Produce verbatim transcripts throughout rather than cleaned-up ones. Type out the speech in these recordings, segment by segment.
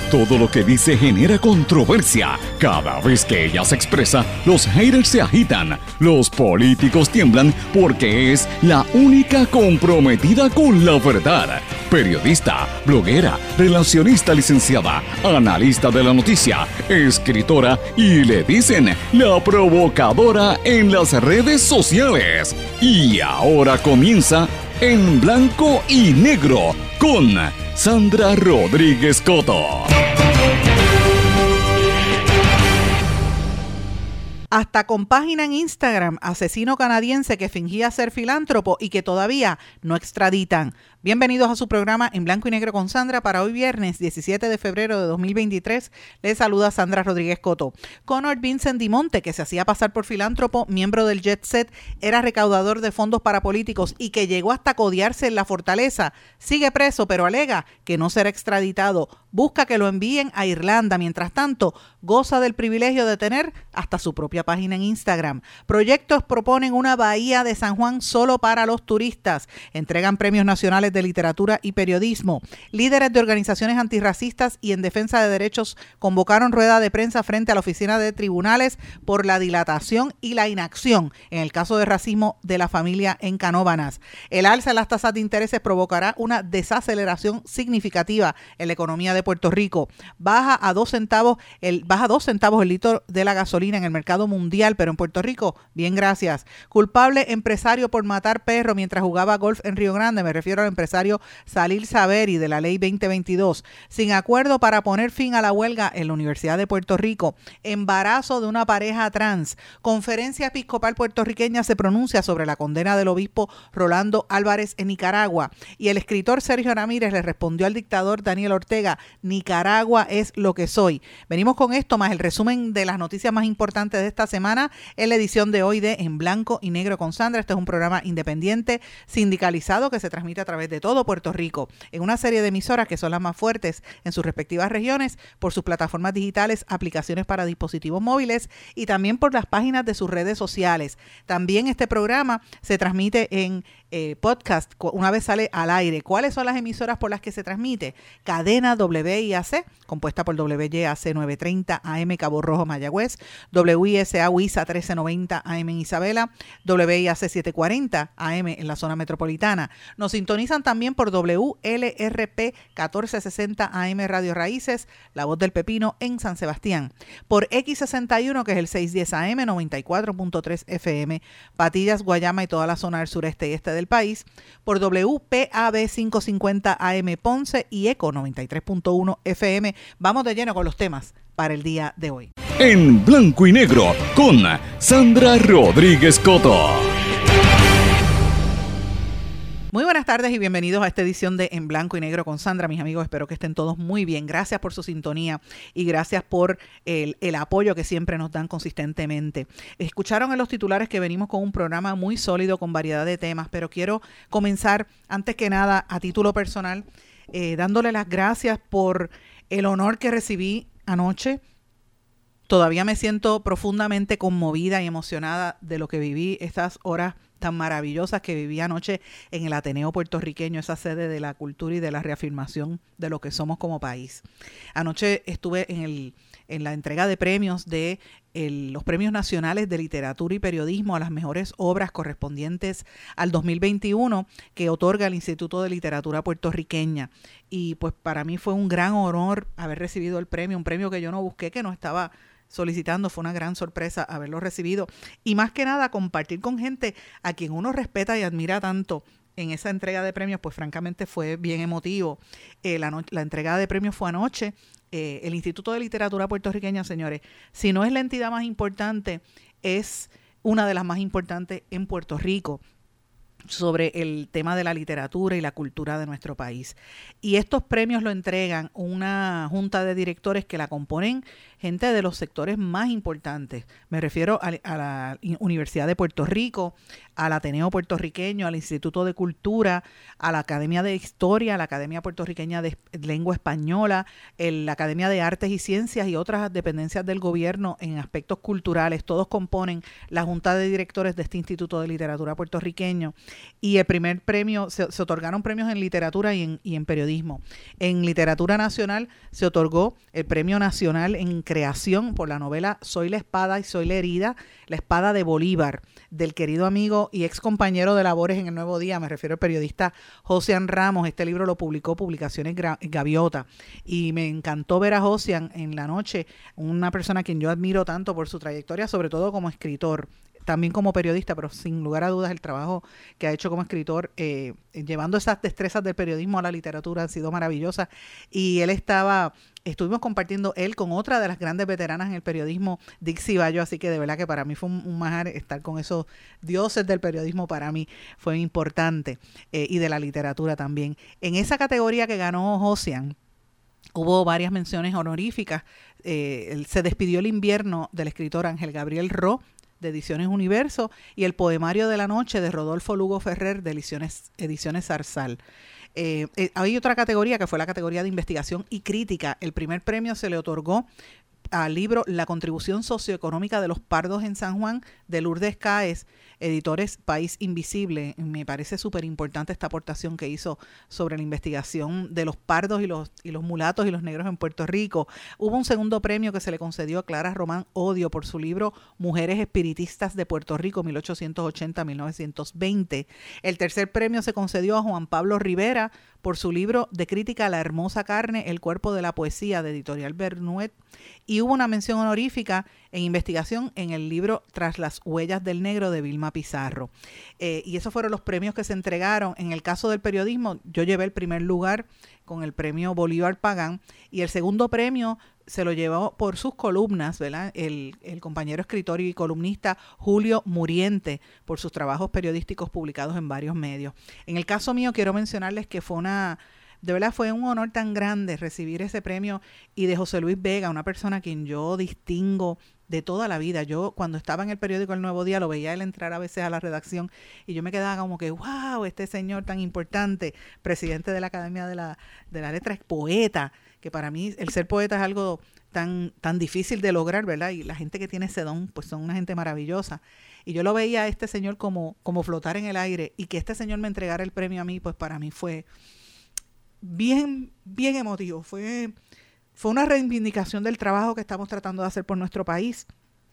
Todo lo que dice genera controversia. Cada vez que ella se expresa, los haters se agitan, los políticos tiemblan porque es la única comprometida con la verdad. Periodista, bloguera, relacionista licenciada, analista de la noticia, escritora y le dicen la provocadora en las redes sociales. Y ahora comienza En Blanco y Negro con Sandra Rodríguez Coto. Hasta con página en Instagram, asesino canadiense que fingía ser filántropo y que todavía no extraditan. Bienvenidos a su programa En Blanco y Negro con Sandra para hoy viernes diecisiete de febrero de dos mil veintitrés. Les saluda Sandra Rodríguez Coto. Conor Vincent Dimonte, que se hacía pasar por filántropo, miembro del Jet Set, era recaudador de fondos para políticos y que llegó hasta codiarse en la fortaleza, sigue preso pero alega que no será extraditado. Busca que lo envíen a Irlanda. Mientras tanto, goza del privilegio de tener hasta su propia página en Instagram. Proyectos proponen una bahía de San Juan solo para los turistas. Entregan premios nacionales de literatura y periodismo. Líderes de organizaciones antirracistas y en defensa de derechos convocaron rueda de prensa frente a la oficina de tribunales por la dilatación y la inacción en el caso de racismo de la familia en Canóvanas. El alza en las tasas de intereses provocará una desaceleración significativa en la economía de Puerto Rico. Baja a dos centavos el baja dos centavos el litro de la gasolina en el mercado mundial, pero en Puerto Rico, bien, gracias. Culpable empresario por matar perro mientras jugaba golf en Río Grande, me refiero al empresario Salil Saveri de la ley veinte veintidós. Sin acuerdo para poner fin a la huelga en la Universidad de Puerto Rico. Embarazo de una pareja trans. Conferencia Episcopal puertorriqueña se pronuncia sobre la condena del obispo Rolando Álvarez en Nicaragua. Y el escritor Sergio Ramírez le respondió al dictador Daniel Ortega: Nicaragua es lo que soy. Venimos con esto más el resumen de las noticias más importantes de esta semana en la edición de hoy de En Blanco y Negro con Sandra. Este es un programa independiente, sindicalizado, que se transmite a través de todo Puerto Rico en una serie de emisoras que son las más fuertes en sus respectivas regiones, por sus plataformas digitales, aplicaciones para dispositivos móviles y también por las páginas de sus redes sociales. También este programa se transmite en eh, podcast una vez sale al aire. ¿Cuáles son las emisoras por las que se transmite? Cadena W I A C, compuesta por W Y A C novecientos treinta A M Cabo Rojo Mayagüez, W I S A Huiza trece noventa A M en Isabela, W I A C setecientos cuarenta A M en la zona metropolitana. Nos sintonizan también por W L R P catorce sesenta A M Radio Raíces, La Voz del Pepino en San Sebastián. Por X sesenta y uno, que es el seiscientos diez A M, noventa y cuatro punto tres F M, Patillas, Guayama y toda la zona del sureste y este del país. Por W P A B quinientos cincuenta A M Ponce y Eco noventa y tres punto uno F M. Vamos de lleno con los temas para el día de hoy. En Blanco y Negro con Sandra Rodríguez Coto. Muy buenas tardes y bienvenidos a esta edición de En Blanco y Negro con Sandra. Mis amigos, espero que estén todos muy bien. Gracias por su sintonía y gracias por el, el apoyo que siempre nos dan consistentemente. Escucharon en los titulares que venimos con un programa muy sólido con variedad de temas, pero quiero comenzar antes que nada a título personal eh, dándole las gracias por el honor que recibí anoche. Todavía me siento profundamente conmovida y emocionada de lo que viví estas horas tan maravillosas que viví anoche en el Ateneo puertorriqueño, esa sede de la cultura y de la reafirmación de lo que somos como país. Anoche estuve en, el, en la entrega de premios de el, los Premios Nacionales de Literatura y Periodismo a las mejores obras correspondientes al dos mil veintiuno que otorga el Instituto de Literatura Puertorriqueña. Y pues para mí fue un gran honor haber recibido el premio, un premio que yo no busqué, que no estaba solicitando. Fue una gran sorpresa haberlo recibido y más que nada compartir con gente a quien uno respeta y admira tanto en esa entrega de premios. Pues francamente fue bien emotivo. Eh, la, no- la entrega de premios fue anoche. Eh, el Instituto de Literatura Puertorriqueña, señores, si no es la entidad más importante, es una de las más importantes en Puerto Rico sobre el tema de la literatura y la cultura de nuestro país. Y estos premios lo entregan una junta de directores que la componen gente de los sectores más importantes. Me refiero a, a la Universidad de Puerto Rico, al Ateneo puertorriqueño, al Instituto de Cultura, a la Academia de Historia, a la Academia Puertorriqueña de Lengua Española, el, la Academia de Artes y Ciencias y otras dependencias del gobierno en aspectos culturales. Todos componen la junta de directores de este Instituto de Literatura puertorriqueño. Y el primer premio, se, se otorgaron premios en literatura y en, y en periodismo. En literatura nacional se otorgó el Premio Nacional en Creación por la novela Soy la espada y soy la herida, la espada de Bolívar, del querido amigo y ex compañero de labores en El Nuevo Día, me refiero al periodista Josian Ramos. Este libro lo publicó Publicaciones Gaviota y me encantó ver a Josian en la noche, una persona a quien yo admiro tanto por su trayectoria, sobre todo como escritor, también como periodista, pero sin lugar a dudas el trabajo que ha hecho como escritor, eh, llevando esas destrezas del periodismo a la literatura, han sido maravillosas. Y él estaba, estuvimos compartiendo él con otra de las grandes veteranas en el periodismo, Dixie Bayo, así que de verdad que para mí fue un, un manjar estar con esos dioses del periodismo, para mí fue importante, eh, y de la literatura también. En esa categoría que ganó Josian, hubo varias menciones honoríficas. Eh, se despidió el invierno del escritor Ángel Gabriel Ro, de Ediciones Universo, y el poemario de la noche de Rodolfo Lugo Ferrer, de Ediciones, Ediciones Zarzal. Eh, eh, hay otra categoría que fue la categoría de investigación y crítica. El primer premio se le otorgó al libro La contribución socioeconómica de los pardos en San Juan, de Lourdes Cáez, editores País Invisible. Me parece súper importante esta aportación que hizo sobre la investigación de los pardos y los, y los mulatos y los negros en Puerto Rico. Hubo un segundo premio que se le concedió a Clara Román Odio por su libro Mujeres Espiritistas de Puerto Rico, mil ochocientos ochenta a mil novecientos veinte. El tercer premio se concedió a Juan Pablo Rivera por su libro De crítica a la hermosa carne, el cuerpo de la poesía, de Editorial Bernuet. Y hubo una mención honorífica en investigación en el libro Tras las huellas del negro, de Vilma Pizarro. Eh, y esos fueron los premios que se entregaron. En el caso del periodismo, yo llevé el primer lugar con el premio Bolívar Pagán, y el segundo premio se lo llevó por sus columnas, ¿verdad? El, el compañero escritor y columnista Julio Muriente, por sus trabajos periodísticos publicados en varios medios. En el caso mío, quiero mencionarles que fue una... De verdad fue un honor tan grande recibir ese premio, y de José Luis Vega, una persona a quien yo distingo de toda la vida. Yo cuando estaba en el periódico El Nuevo Día lo veía él entrar a veces a la redacción y yo me quedaba como que wow, este señor tan importante, presidente de la Academia de la, de la Letra, es poeta, que para mí el ser poeta es algo tan, tan difícil de lograr, ¿verdad? Y la gente que tiene ese don pues son una gente maravillosa. Y yo lo veía a este señor como, como flotar en el aire, y que este señor me entregara el premio a mí, pues para mí fue bien, bien emotivo. Fue, fue una reivindicación del trabajo que estamos tratando de hacer por nuestro país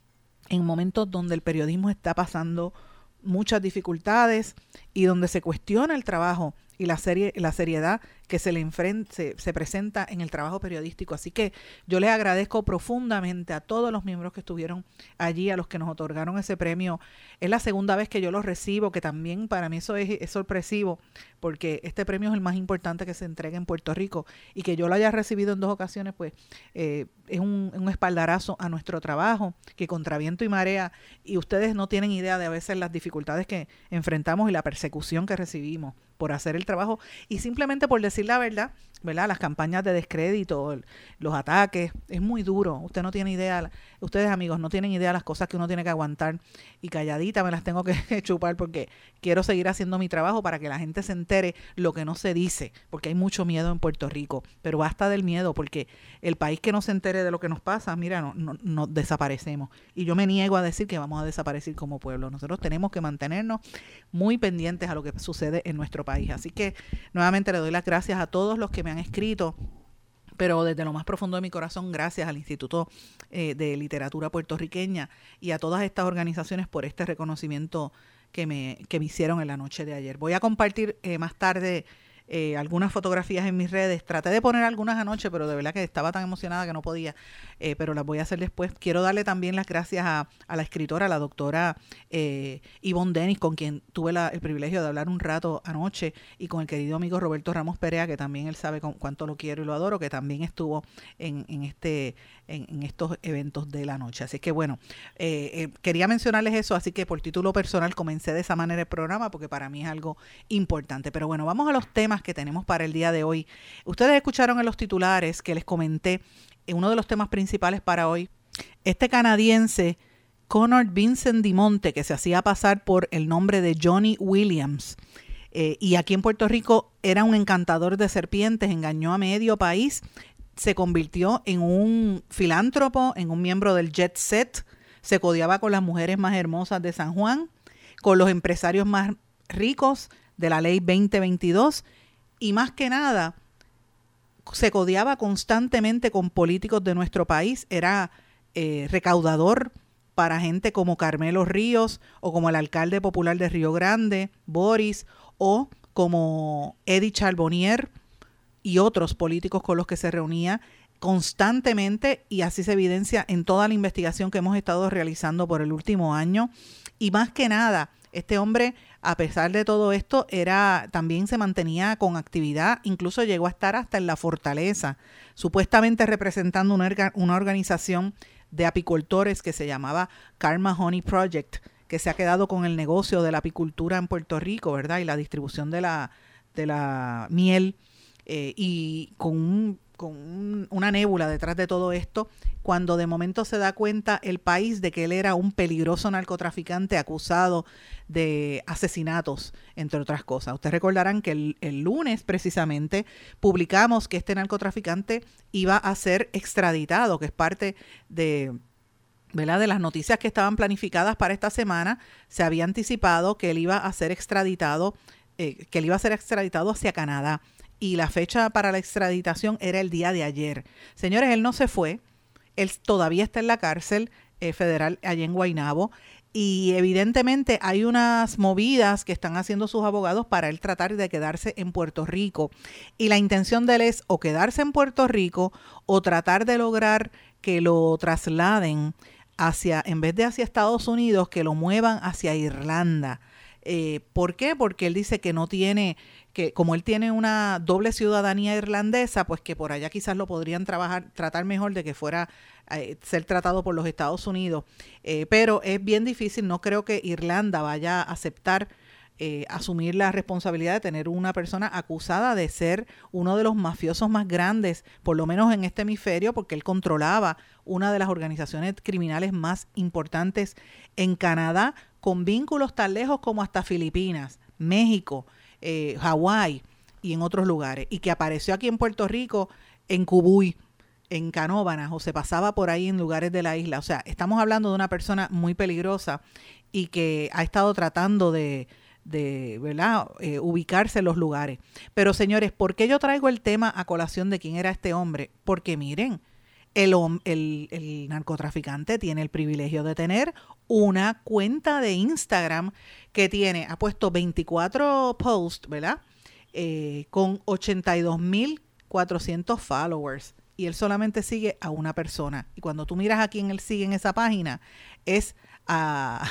en momentos donde el periodismo está pasando muchas dificultades y donde se cuestiona el trabajo y la serie, la seriedad que se le enfrenta, se, se presenta en el trabajo periodístico. Así que yo les agradezco profundamente a todos los miembros que estuvieron allí, a los que nos otorgaron ese premio. Es la segunda vez que yo lo recibo, que también para mí eso es, es sorpresivo, porque este premio es el más importante que se entrega en Puerto Rico, y que yo lo haya recibido en dos ocasiones, pues eh, es un, un espaldarazo a nuestro trabajo, que contra viento y marea, y ustedes no tienen idea de a veces las dificultades que enfrentamos y la persecución que recibimos por hacer el trabajo, y simplemente por decir la verdad, ¿verdad? Las campañas de descrédito, los ataques, es muy duro. Usted no tiene idea, ustedes amigos no tienen idea de las cosas que uno tiene que aguantar, y calladita me las tengo que chupar porque quiero seguir haciendo mi trabajo para que la gente se entere lo que no se dice, porque hay mucho miedo en Puerto Rico, pero basta del miedo, porque el país que no se entere de lo que nos pasa, mira, no, no, no desaparecemos. Y yo me niego a decir que vamos a desaparecer como pueblo. Nosotros tenemos que mantenernos muy pendientes a lo que sucede en nuestro país. Así que nuevamente le doy las gracias a todos los que me han escrito, pero desde lo más profundo de mi corazón, gracias al Instituto eh, de Literatura Puertorriqueña y a todas estas organizaciones por este reconocimiento que me, que me hicieron en la noche de ayer. Voy a compartir eh, más tarde eh, algunas fotografías en mis redes. Traté de poner algunas anoche, pero de verdad que estaba tan emocionada que no podía, eh, pero las voy a hacer después. Quiero darle también las gracias a, a la escritora, la doctora eh, Ivonne Denis, con quien tuve la, el privilegio de hablar un rato anoche, y con el querido amigo Roberto Ramos Perea, que también él sabe con cuánto lo quiero y lo adoro, que también estuvo en, en, este, en, en estos eventos de la noche. Así que bueno, eh, eh, quería mencionarles eso, así que por título personal comencé de esa manera el programa, porque para mí es algo importante. Pero bueno, vamos a los temas que tenemos para el día de hoy. Ustedes escucharon en los titulares que les comenté en uno de los temas principales para hoy, este canadiense Conor Vincent Dimonte, que se hacía pasar por el nombre de Johnny Williams, eh, y aquí en Puerto Rico era un encantador de serpientes, engañó a medio país, se convirtió en un filántropo, en un miembro del jet set, se codeaba con las mujeres más hermosas de San Juan, con los empresarios más ricos de la ley veinte veintidós y más que nada se codeaba constantemente con políticos de nuestro país, era eh, recaudador para gente como Carmelo Ríos o como el alcalde popular de Río Grande, Boris, o como Eddie Charbonnier y otros políticos con los que se reunía constantemente, y así se evidencia en toda la investigación que hemos estado realizando por el último año. Y más que nada, este hombre, a pesar de todo esto, era también se mantenía con actividad, incluso llegó a estar hasta en la Fortaleza, supuestamente representando una, una organización de apicultores que se llamaba Karma Honey Project, que se ha quedado con el negocio de la apicultura en Puerto Rico, ¿verdad? Y la distribución de la, de la miel, eh, y con un con un, una nébula detrás de todo esto, cuando de momento se da cuenta el país de que él era un peligroso narcotraficante acusado de asesinatos, entre otras cosas. Ustedes recordarán que el, el lunes precisamente publicamos que este narcotraficante iba a ser extraditado, que es parte de, ¿verdad?, de las noticias que estaban planificadas para esta semana. Se había anticipado que él iba a ser extraditado, eh, que él iba a ser extraditado hacia Canadá. Y la fecha para la extraditación era el día de ayer. Señores, él no se fue. Él todavía está en la cárcel eh, federal allá en Guaynabo. Y evidentemente hay unas movidas que están haciendo sus abogados para él tratar de quedarse en Puerto Rico. Y la intención de él es o quedarse en Puerto Rico o tratar de lograr que lo trasladen hacia, en vez de hacia Estados Unidos, que lo muevan hacia Irlanda. Eh, ¿Por qué? Porque él dice que no tiene, que como él tiene una doble ciudadanía irlandesa, pues que por allá quizás lo podrían trabajar, tratar mejor de que fuera eh, ser tratado por los Estados Unidos. Eh, pero es bien difícil, no creo que Irlanda vaya a aceptar eh, asumir la responsabilidad de tener una persona acusada de ser uno de los mafiosos más grandes, por lo menos en este hemisferio, porque él controlaba una de las organizaciones criminales más importantes en Canadá, con vínculos tan lejos como hasta Filipinas, México, eh, Hawái y en otros lugares, y que apareció aquí en Puerto Rico, en Cubuy, en Canóvanas, o se pasaba por ahí en lugares de la isla. O sea, estamos hablando de una persona muy peligrosa y que ha estado tratando de, de ¿verdad?, eh, ubicarse en los lugares. Pero señores, ¿por qué yo traigo el tema a colación de quién era este hombre? Porque miren, El, el, el narcotraficante tiene el privilegio de tener una cuenta de Instagram que tiene, ha puesto veinticuatro posts, ¿verdad? Eh, con ochenta y dos mil cuatrocientos followers. Y él solamente sigue a una persona. Y cuando tú miras a quién él sigue en esa página, es a,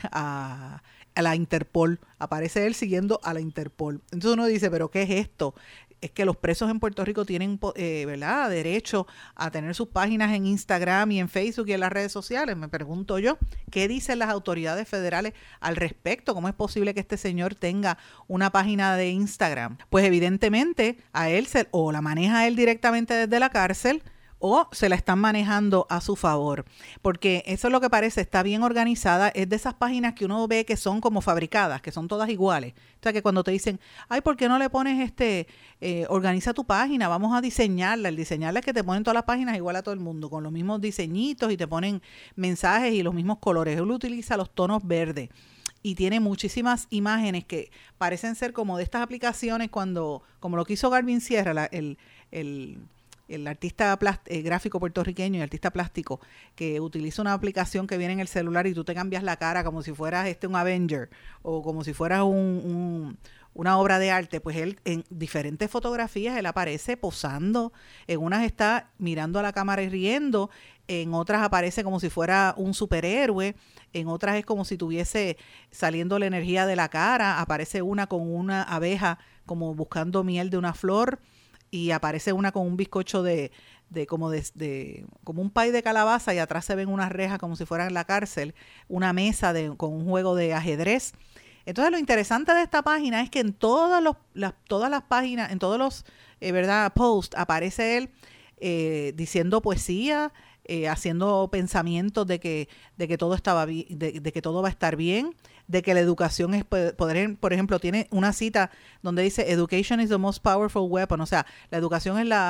a, a la Interpol. Aparece él siguiendo a la Interpol. Entonces uno dice, ¿pero qué es esto? Es que los presos en Puerto Rico tienen, eh, ¿verdad?, derecho a tener sus páginas en Instagram y en Facebook y en las redes sociales. Me pregunto yo, ¿qué dicen las autoridades federales al respecto? ¿Cómo es posible que este señor tenga una página de Instagram? Pues evidentemente a él se, o la maneja él directamente desde la cárcel, o se la están manejando a su favor, porque eso es lo que parece, está bien organizada, es de esas páginas que uno ve que son como fabricadas, que son todas iguales. O sea, que cuando te dicen, ay, ¿por qué no le pones este, eh, organiza tu página, vamos a diseñarla? El diseñarla es que te ponen todas las páginas igual a todo el mundo, con los mismos diseñitos y te ponen mensajes y los mismos colores. Él utiliza los tonos verdes y tiene muchísimas imágenes que parecen ser como de estas aplicaciones cuando, como lo que hizo Garvin Sierra, la, el, el el artista plast- eh, gráfico puertorriqueño y artista plástico, que utiliza una aplicación que viene en el celular y tú te cambias la cara como si fueras este un Avenger o como si fueras un, un, una obra de arte. Pues él en diferentes fotografías él aparece posando, en unas está mirando a la cámara y riendo, en otras aparece como si fuera un superhéroe, en otras es como si tuviese saliendo la energía de la cara, aparece una con una abeja como buscando miel de una flor, y aparece una con un bizcocho de, de como de, de como un pay de calabaza, y atrás se ven unas rejas como si fueran la cárcel, una mesa de, con un juego de ajedrez. Entonces lo interesante de esta página es que en todas los, las, todas las páginas, en todos los eh, verdad posts aparece él eh, diciendo poesía, eh, haciendo pensamientos de que, de que todo estaba bien, de, de que todo va a estar bien, de que la educación es poder, por ejemplo, tiene una cita donde dice education is the most powerful weapon, o sea, la educación es la,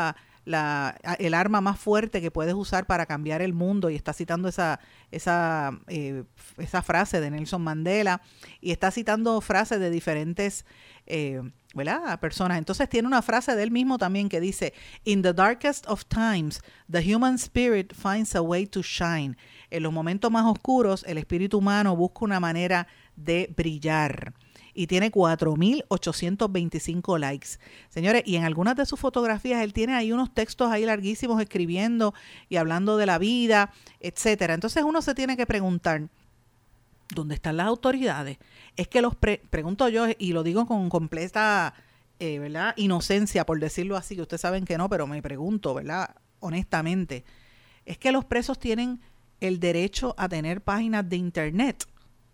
la, el arma más fuerte que puedes usar para cambiar el mundo, y está citando esa, esa, eh, esa frase de Nelson Mandela, y está citando frases de diferentes eh, ¿verdad? personas. Entonces tiene una frase de él mismo también que dice: "In the darkest of times, the human spirit finds a way to shine." En los momentos más oscuros, el espíritu humano busca una manera de brillar. Y tiene cuatro mil ochocientos veinticinco likes. Señores, y en algunas de sus fotografías él tiene ahí unos textos ahí larguísimos escribiendo y hablando de la vida, etcétera. Entonces uno se tiene que preguntar, ¿dónde están las autoridades? Es que los pre- pregunto yo, y lo digo con completa eh, ¿verdad? inocencia, por decirlo así, que ustedes saben que no, pero me pregunto, ¿verdad? honestamente, es que los presos tienen el derecho a tener páginas de internet.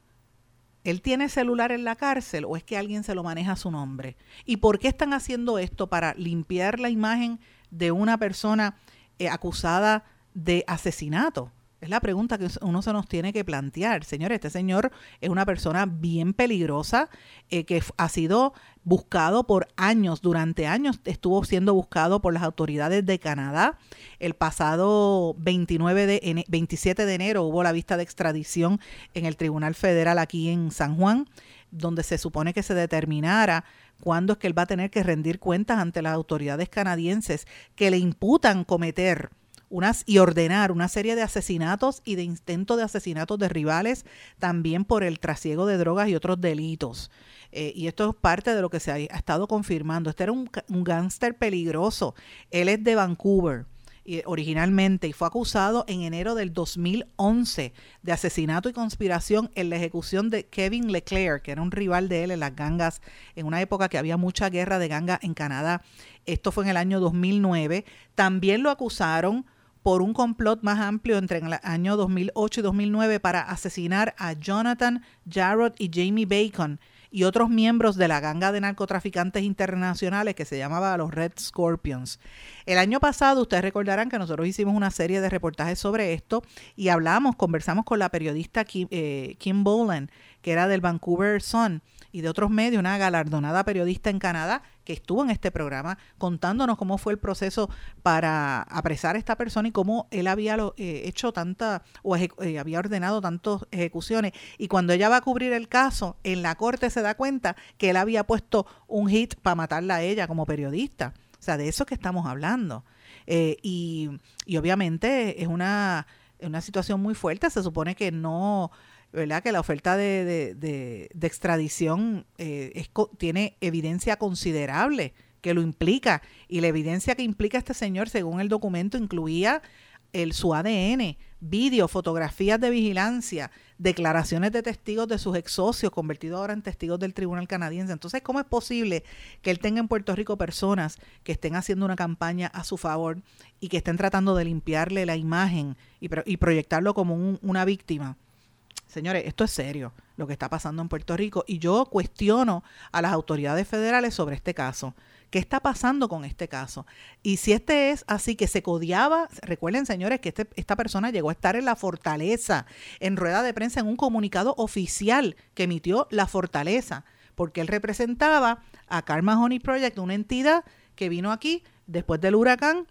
¿Él tiene celular en la cárcel o es que alguien se lo maneja a su nombre? ¿Y por qué están haciendo esto? ¿Para limpiar la imagen de una persona eh, acusada de asesinato? Es la pregunta que uno se nos tiene que plantear. Señores, este señor es una persona bien peligrosa eh, que ha sido buscado por años, durante años estuvo siendo buscado por las autoridades de Canadá. El pasado veintinueve de, veintisiete de enero hubo la vista de extradición en el Tribunal Federal aquí en San Juan, donde se supone que se determinara cuándo es que él va a tener que rendir cuentas ante las autoridades canadienses que le imputan cometer unas y ordenar una serie de asesinatos y de intentos de asesinatos de rivales, también por el trasiego de drogas y otros delitos. Eh, y esto es parte de lo que se ha, ha estado confirmando. Este era un, un gángster peligroso. Él es de Vancouver y, originalmente, y fue acusado en enero del dos mil once de asesinato y conspiración en la ejecución de Kevin Leclerc, que era un rival de él en las gangas, en una época que había mucha guerra de gangas en Canadá. Esto fue en el año dos mil nueve. También lo acusaron por un complot más amplio entre el año dos mil ocho y dos mil nueve para asesinar a Jonathan Jarrod y Jamie Bacon y otros miembros de la ganga de narcotraficantes internacionales que se llamaba los Red Scorpions. El año pasado, ustedes recordarán que nosotros hicimos una serie de reportajes sobre esto y hablamos, conversamos con la periodista Kim, eh, Kim Boland, que era del Vancouver Sun, y de otros medios, una galardonada periodista en Canadá que estuvo en este programa contándonos cómo fue el proceso para apresar a esta persona y cómo él había lo, eh, hecho tanta o ejecu- eh, había ordenado tantas ejecuciones. Y cuando ella va a cubrir el caso, en la corte se da cuenta que él había puesto un hit para matarla a ella como periodista. O sea, de eso que estamos hablando. Eh, y, y obviamente es una, una situación muy fuerte. Se supone que no... ¿verdad? Que la oferta de, de, de, de extradición eh, es, tiene evidencia considerable que lo implica, y la evidencia que implica este señor, según el documento, incluía el, su A D N, vídeo, fotografías de vigilancia, declaraciones de testigos de sus ex socios, convertidos ahora en testigos del tribunal canadiense. Entonces, ¿cómo es posible que él tenga en Puerto Rico personas que estén haciendo una campaña a su favor y que estén tratando de limpiarle la imagen y, pro, y proyectarlo como un, una víctima? Señores, esto es serio, lo que está pasando en Puerto Rico, y yo cuestiono a las autoridades federales sobre este caso. ¿Qué está pasando con este caso? Y si este es así, que se codiaba, recuerden, señores, que este, esta persona llegó a estar en la Fortaleza, en rueda de prensa, en un comunicado oficial que emitió la Fortaleza, porque él representaba a Karma Honey Project, una entidad que vino aquí después del huracán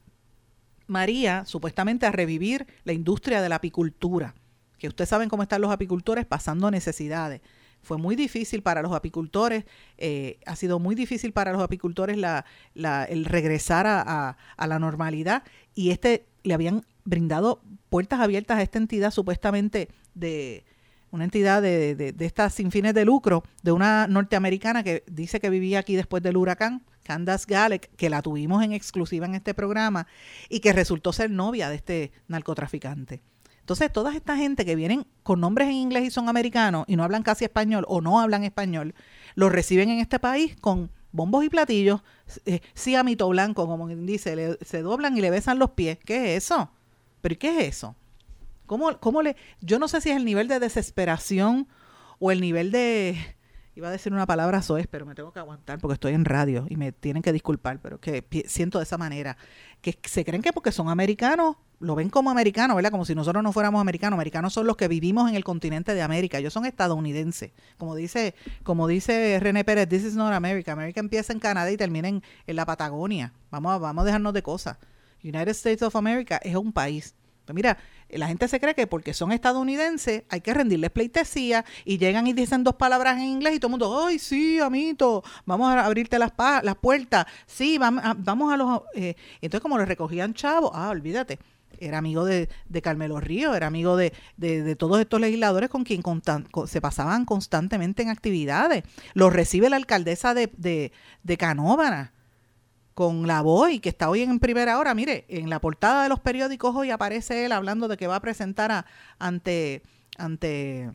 María, supuestamente a revivir la industria de la apicultura, que ustedes saben cómo están los apicultores pasando necesidades. Fue muy difícil para los apicultores, eh, ha sido muy difícil para los apicultores la, la, el regresar a, a, a la normalidad, y este le habían brindado puertas abiertas a esta entidad, supuestamente de una entidad de, de, de estas sin fines de lucro, de una norteamericana que dice que vivía aquí después del huracán, Candace Galek, que la tuvimos en exclusiva en este programa y que resultó ser novia de este narcotraficante. Entonces, toda esta gente que vienen con nombres en inglés y son americanos y no hablan casi español o no hablan español, los reciben en este país con bombos y platillos, eh, sí a mito blanco, como dice, le, se doblan y le besan los pies. ¿Qué es eso? ¿Pero qué es eso? ¿Cómo, cómo le...? Yo no sé si es el nivel de desesperación o el nivel de... Iba a decir una palabra soez, pero me tengo que aguantar porque estoy en radio y me tienen que disculpar, pero que siento de esa manera, que se creen que porque son americanos, lo ven como americanos, ¿verdad? Como si nosotros no fuéramos americanos. Americanos son los que vivimos en el continente de América. Ellos son estadounidenses. Como dice, como dice René Pérez, this is not America. América empieza en Canadá y termina en, en la Patagonia. Vamos a, vamos a dejarnos de cosas. United States of America es un país. Pues mira, la gente se cree que porque son estadounidenses hay que rendirles pleitesía y llegan y dicen dos palabras en inglés y todo el mundo, ¡ay, sí, amito! Vamos a abrirte las, pa- las puertas. Sí, vamos a, vamos a los... Eh. Entonces, como le recogían chavos, ah, olvídate. Era amigo de, de Carmelo Ríos, era amigo de, de, de todos estos legisladores con quien constan, con, se pasaban constantemente en actividades. Los recibe la alcaldesa de, de, de Canóvana con la Boy, que está hoy en primera hora. Mire, en la portada de los periódicos hoy aparece él hablando de que va a presentar a, ante, ante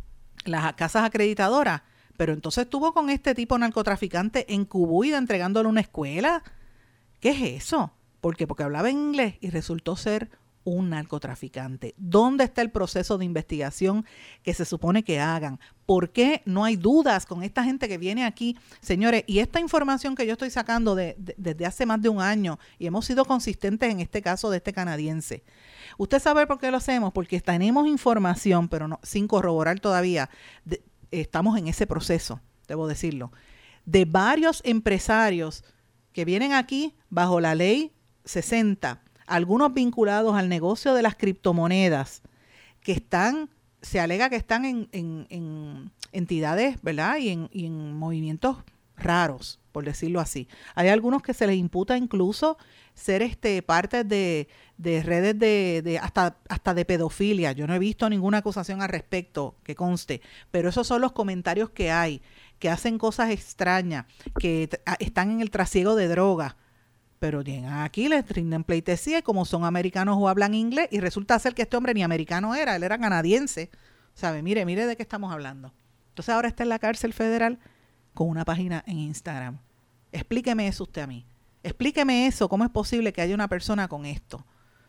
las casas acreditadoras. Pero entonces estuvo con este tipo narcotraficante en Cubuida entregándole una escuela. ¿Qué es eso? ¿Por qué? Porque hablaba en inglés y resultó ser un narcotraficante. ¿Dónde está el proceso de investigación que se supone que hagan? ¿Por qué no hay dudas con esta gente que viene aquí? Señores, y esta información que yo estoy sacando de, de, desde hace más de un año, y hemos sido consistentes en este caso de este canadiense. ¿Usted sabe por qué lo hacemos? Porque tenemos información, pero no, sin corroborar todavía. De, estamos en ese proceso, debo decirlo, de varios empresarios que vienen aquí bajo la ley sesenta, algunos vinculados al negocio de las criptomonedas, que están, se alega que están en, en, en entidades, ¿verdad? Y en, y en movimientos raros, por decirlo así. Hay algunos que se les imputa incluso ser este parte de, de redes de, de hasta, hasta de pedofilia. Yo no he visto ninguna acusación al respecto, que conste, pero esos son los comentarios que hay, que hacen cosas extrañas, que t- están en el trasiego de drogas. Pero llegan aquí, les rinden pleitesía y como son americanos o hablan inglés, y resulta ser que este hombre ni americano era, él era canadiense. ¿Sabe? Mire, mire de qué estamos hablando. Entonces ahora está en la cárcel federal con una página en Instagram. Explíqueme eso usted a mí. Explíqueme eso, ¿cómo es posible que haya una persona con esto?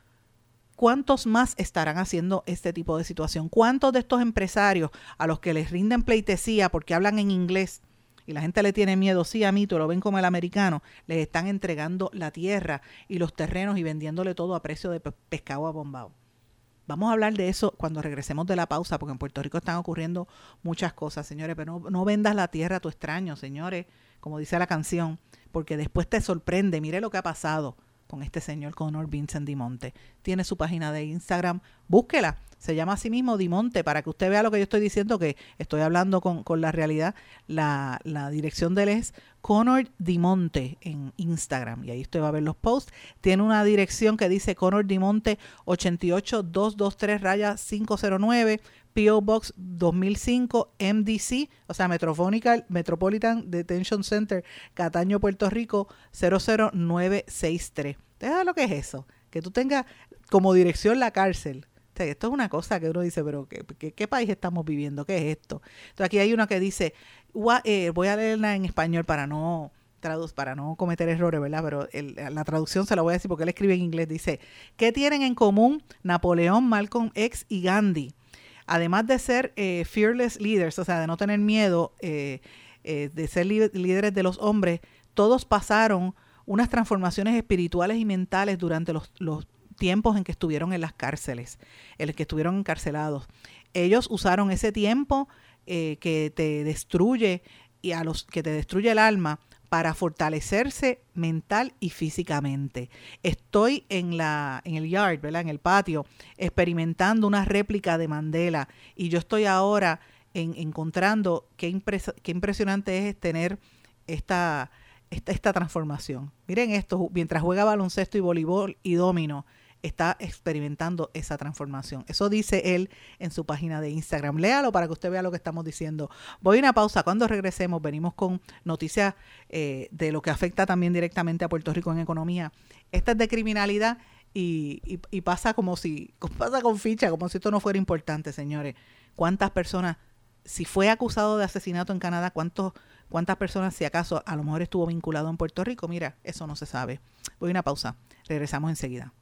¿Cuántos más estarán haciendo este tipo de situación? ¿Cuántos de estos empresarios a los que les rinden pleitesía porque hablan en inglés y la gente le tiene miedo, sí, a mí, tú lo ven como el americano, les están entregando la tierra y los terrenos y vendiéndole todo a precio de pe- pescado abombado? Vamos a hablar de eso cuando regresemos de la pausa, porque en Puerto Rico están ocurriendo muchas cosas, señores, pero no, no vendas la tierra a tu extraño, señores, como dice la canción, porque después te sorprende. Mire lo que ha pasado con este señor Connor Vincent Dimonte. Tiene su página de Instagram, búsquela. Se llama así mismo Dimonte, para que usted vea lo que yo estoy diciendo, que estoy hablando con, con la realidad. La, la dirección de él es Connor Dimonte en Instagram, y ahí usted va a ver los posts. Tiene una dirección que dice Connor Dimonte ochenta y ocho dos dos tres cinco cero nueve, P O Box dos mil cinco, M D C, o sea, Metropolitan, Metropolitan Detention Center, Cataño, Puerto Rico, cero cero nueve seis tres. ¿Usted sabe lo que es eso? Que tú tengas como dirección la cárcel. Esto es una cosa que uno dice, pero ¿qué, qué, qué país estamos viviendo? ¿Qué es esto? Entonces aquí hay una que dice, eh, voy a leerla en español para no traduc- para no cometer errores, ¿verdad? Pero el, la traducción se la voy a decir porque él escribe en inglés. Dice, ¿qué tienen en común Napoleón, Malcolm X y Gandhi? Además de ser eh, fearless leaders, o sea, de no tener miedo, eh, eh, de ser li- líderes de los hombres, todos pasaron unas transformaciones espirituales y mentales durante los, los tiempos en que estuvieron en las cárceles, en los que estuvieron encarcelados. Ellos usaron ese tiempo eh, que te destruye y a los que te destruye el alma para fortalecerse mental y físicamente. Estoy en la en el yard, ¿verdad? En el patio, experimentando una réplica de Mandela, y yo estoy ahora en, encontrando qué, impres, qué impresionante es tener esta, esta, esta transformación. Miren esto, mientras juega baloncesto y voleibol y domino, está experimentando esa transformación. Eso dice él en su página de Instagram. Léalo para que usted vea lo que estamos diciendo. Voy a una pausa. Cuando regresemos, venimos con noticias eh, de lo que afecta también directamente a Puerto Rico en economía. Esta es de criminalidad y, y, y pasa como si, pasa con ficha, como si esto no fuera importante, señores. ¿Cuántas personas, si fue acusado de asesinato en Canadá, cuántos, cuántas personas, si acaso, a lo mejor estuvo vinculado en Puerto Rico? Mira, eso no se sabe. Voy a una pausa. Regresamos enseguida.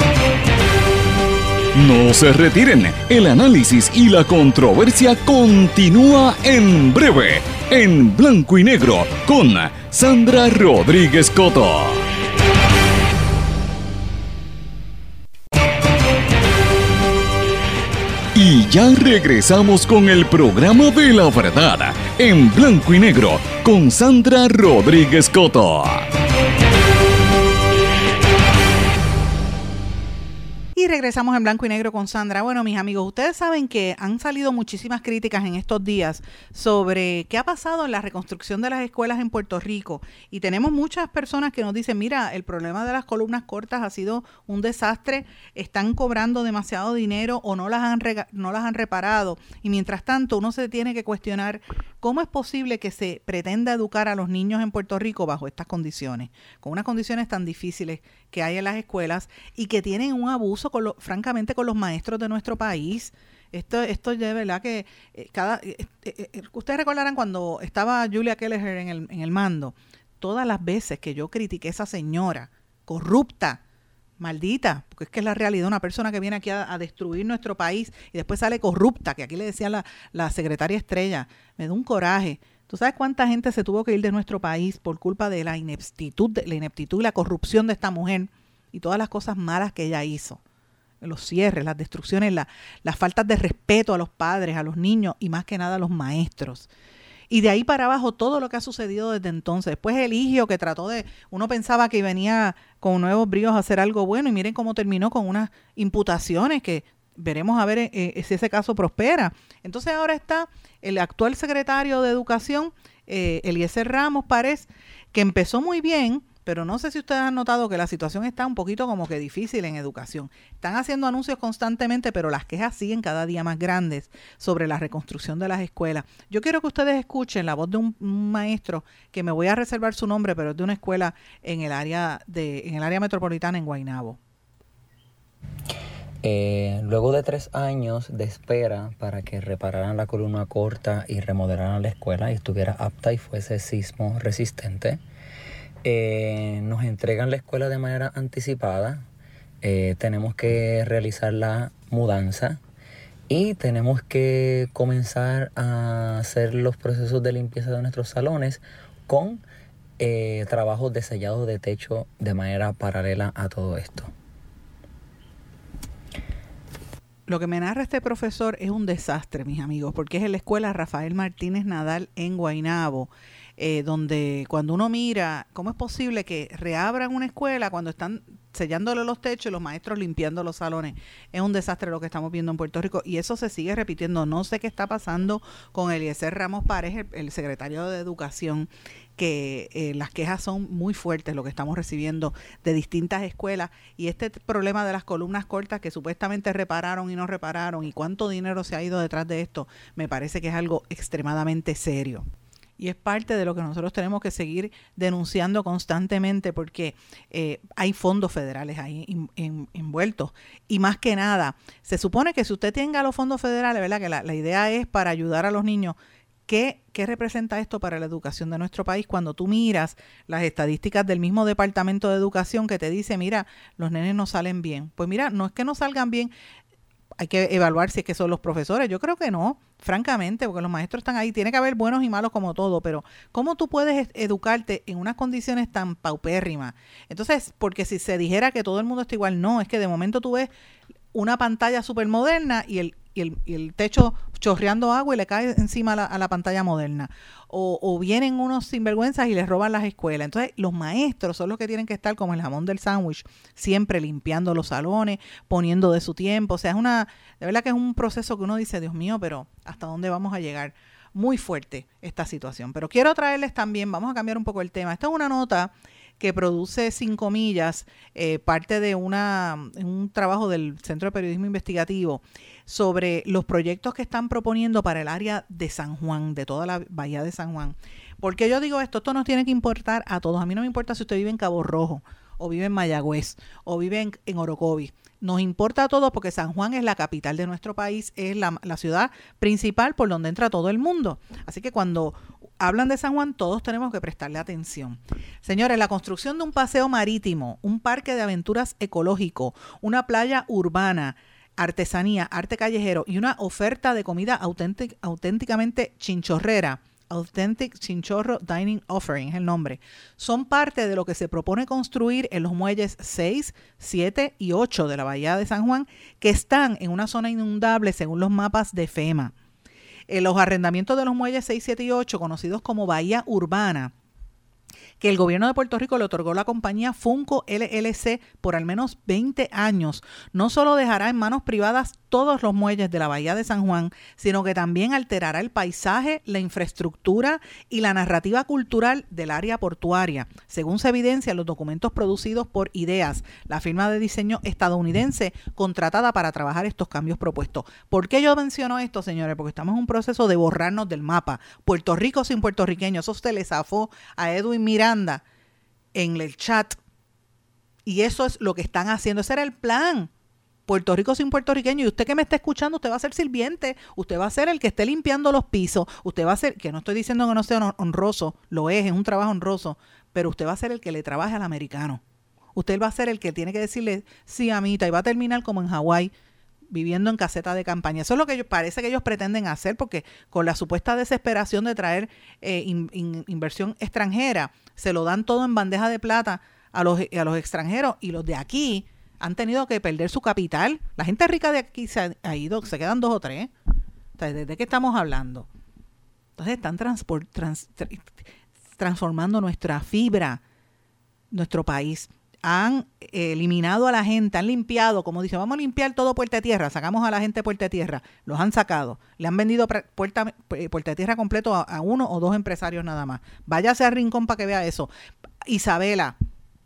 No se retiren, el análisis y la controversia continúa en breve, en Blanco y Negro, con Sandra Rodríguez Coto. Y ya regresamos con el programa de la verdad, en Blanco y Negro, con Sandra Rodríguez Coto. Y regresamos en blanco y negro con Sandra. Bueno, mis amigos, ustedes saben que han salido muchísimas críticas en estos días sobre qué ha pasado en la reconstrucción de las escuelas en Puerto Rico. Y tenemos muchas personas que nos dicen, mira, el problema de las columnas cortas ha sido un desastre, están cobrando demasiado dinero o no las han, rega- no las han reparado. Y mientras tanto, uno se tiene que cuestionar cómo es posible que se pretenda educar a los niños en Puerto Rico bajo estas condiciones, con unas condiciones tan difíciles que hay en las escuelas y que tienen un abuso Con lo, francamente con los maestros de nuestro país. Esto, esto de verdad que eh, cada eh, eh, eh, ustedes recordarán cuando estaba Julia Kelleher en el, en el mando, todas las veces que yo critiqué a esa señora corrupta, maldita, porque es que es la realidad, una persona que viene aquí a, a destruir nuestro país y después sale corrupta, que aquí le decía la, la secretaria Estrella, me da un coraje. ¿Tú sabes cuánta gente se tuvo que ir de nuestro país por culpa de la ineptitud, de la ineptitud y la corrupción de esta mujer y todas las cosas malas que ella hizo? Los cierres, las destrucciones, la, las faltas de respeto a los padres, a los niños y más que nada a los maestros. Y de ahí para abajo todo lo que ha sucedido desde entonces. Después Eligio, que trató de, uno pensaba que venía con nuevos bríos a hacer algo bueno y miren cómo terminó con unas imputaciones que veremos a ver eh, si ese caso prospera. Entonces ahora está el actual secretario de Educación, eh, Eliezer Ramos Párez, que empezó muy bien, pero no sé si ustedes han notado que la situación está un poquito como que difícil en educación. Están haciendo anuncios constantemente, pero las quejas siguen cada día más grandes sobre la reconstrucción de las escuelas. Yo quiero que ustedes escuchen la voz de un, un maestro, que me voy a reservar su nombre, pero es de una escuela en el área de, en el área metropolitana en Guaynabo. Eh, luego de tres años de espera para que repararan la columna corta y remodelaran la escuela y estuviera apta y fuese sismo resistente, Eh, nos entregan la escuela de manera anticipada, eh, tenemos que realizar la mudanza y tenemos que comenzar a hacer los procesos de limpieza de nuestros salones con eh, trabajos de sellado de techo de manera paralela a todo esto. Lo que me narra este profesor es un desastre, mis amigos, porque es en la escuela Rafael Martínez Nadal en Guaynabo. Eh, donde cuando uno mira cómo es posible que reabran una escuela cuando están sellándole los techos y los maestros limpiando los salones. Es un desastre lo que estamos viendo en Puerto Rico y eso se sigue repitiendo. No sé qué está pasando con Eliezer Ramos Párez, el, el secretario de Educación, que eh, las quejas son muy fuertes, lo que estamos recibiendo de distintas escuelas, y este t- problema de las columnas cortas que supuestamente repararon y no repararon y cuánto dinero se ha ido detrás de esto, me parece que es algo extremadamente serio. Y es parte de lo que nosotros tenemos que seguir denunciando constantemente porque eh, hay fondos federales ahí in, in, envueltos. Y más que nada, se supone que si usted tenga los fondos federales, ¿verdad? Que la, la idea es para ayudar a los niños. ¿Qué, ¿Qué representa esto para la educación de nuestro país? Cuando tú miras las estadísticas del mismo Departamento de Educación que te dice, mira, los nenes no salen bien. Pues mira, no es que no salgan bien, hay que evaluar si es que son los profesores. Yo creo que no, francamente, porque los maestros están ahí. Tiene que haber buenos y malos como todo, pero ¿cómo tú puedes educarte en unas condiciones tan paupérrimas? Entonces, porque si se dijera que todo el mundo está igual, no, es que de momento tú ves una pantalla súper moderna y el, y, el, y el techo chorreando agua y le cae encima a la, a la pantalla moderna. O, o vienen unos sinvergüenzas y les roban las escuelas. Entonces, los maestros son los que tienen que estar como el jamón del sándwich, siempre limpiando los salones, poniendo de su tiempo. O sea, es una, de verdad que es un proceso que uno dice, Dios mío, pero ¿hasta dónde vamos a llegar? Muy fuerte esta situación. Pero quiero traerles también, vamos a cambiar un poco el tema. Esta es una nota que produce Cinco Millas, eh, parte de una, un trabajo del Centro de Periodismo Investigativo sobre los proyectos que están proponiendo para el área de San Juan, de toda la bahía de San Juan. ¿Por qué yo digo esto? Esto nos tiene que importar a todos. A mí no me importa si usted vive en Cabo Rojo, o vive en Mayagüez, o vive en, en Orocovis. Nos importa a todos porque San Juan es la capital de nuestro país, es la, la ciudad principal por donde entra todo el mundo. Así que cuando hablan de San Juan, todos tenemos que prestarle atención. Señores, la construcción de un paseo marítimo, un parque de aventuras ecológico, una playa urbana, artesanía, arte callejero y una oferta de comida auténtic, auténticamente chinchorrera, Authentic Chinchorro Dining Offering es el nombre, son parte de lo que se propone construir en los muelles seis, siete y ocho de la bahía de San Juan, que están en una zona inundable según los mapas de FEMA. En los arrendamientos de los muelles seis, siete y ocho, conocidos como bahía urbana, que el gobierno de Puerto Rico le otorgó la compañía Funco L L C por al menos veinte años, no solo dejará en manos privadas todos los muelles de la Bahía de San Juan, sino que también alterará el paisaje, la infraestructura y la narrativa cultural del área portuaria, según se evidencia en los documentos producidos por Ideas, la firma de diseño estadounidense contratada para trabajar estos cambios propuestos. ¿Por qué yo menciono esto, señores? Porque estamos en un proceso de borrarnos del mapa. Puerto Rico sin puertorriqueños. Eso usted le zafó a Edwin Miranda en el chat. Y eso es lo que están haciendo. Ese era el plan. Puerto Rico sin puertorriqueño. Y usted que me está escuchando, usted va a ser sirviente. Usted va a ser el que esté limpiando los pisos. Usted va a ser, que no estoy diciendo que no sea honroso, lo es, es un trabajo honroso, pero usted va a ser el que le trabaje al americano. Usted va a ser el que tiene que decirle sí, amita, y va a terminar como en Hawái, viviendo en caseta de campaña. Eso es lo que ellos, parece que ellos pretenden hacer, porque con la supuesta desesperación de traer eh, in, in, inversión extranjera, se lo dan todo en bandeja de plata a los, a los extranjeros, y los de aquí han tenido que perder su capital. La gente rica de aquí se ha, ha ido, se quedan dos o tres. O sea, ¿de qué estamos hablando? Entonces están transport, trans, tra, transformando nuestra fibra, nuestro país. Han eliminado a la gente, han limpiado, como dicen, vamos a limpiar todo Puerta de Tierra, sacamos a la gente de Puerta de Tierra, los han sacado, le han vendido Puerta, Puerta de Tierra completo a, a uno o dos empresarios nada más. Váyase a Rincón para que vea eso. Isabela,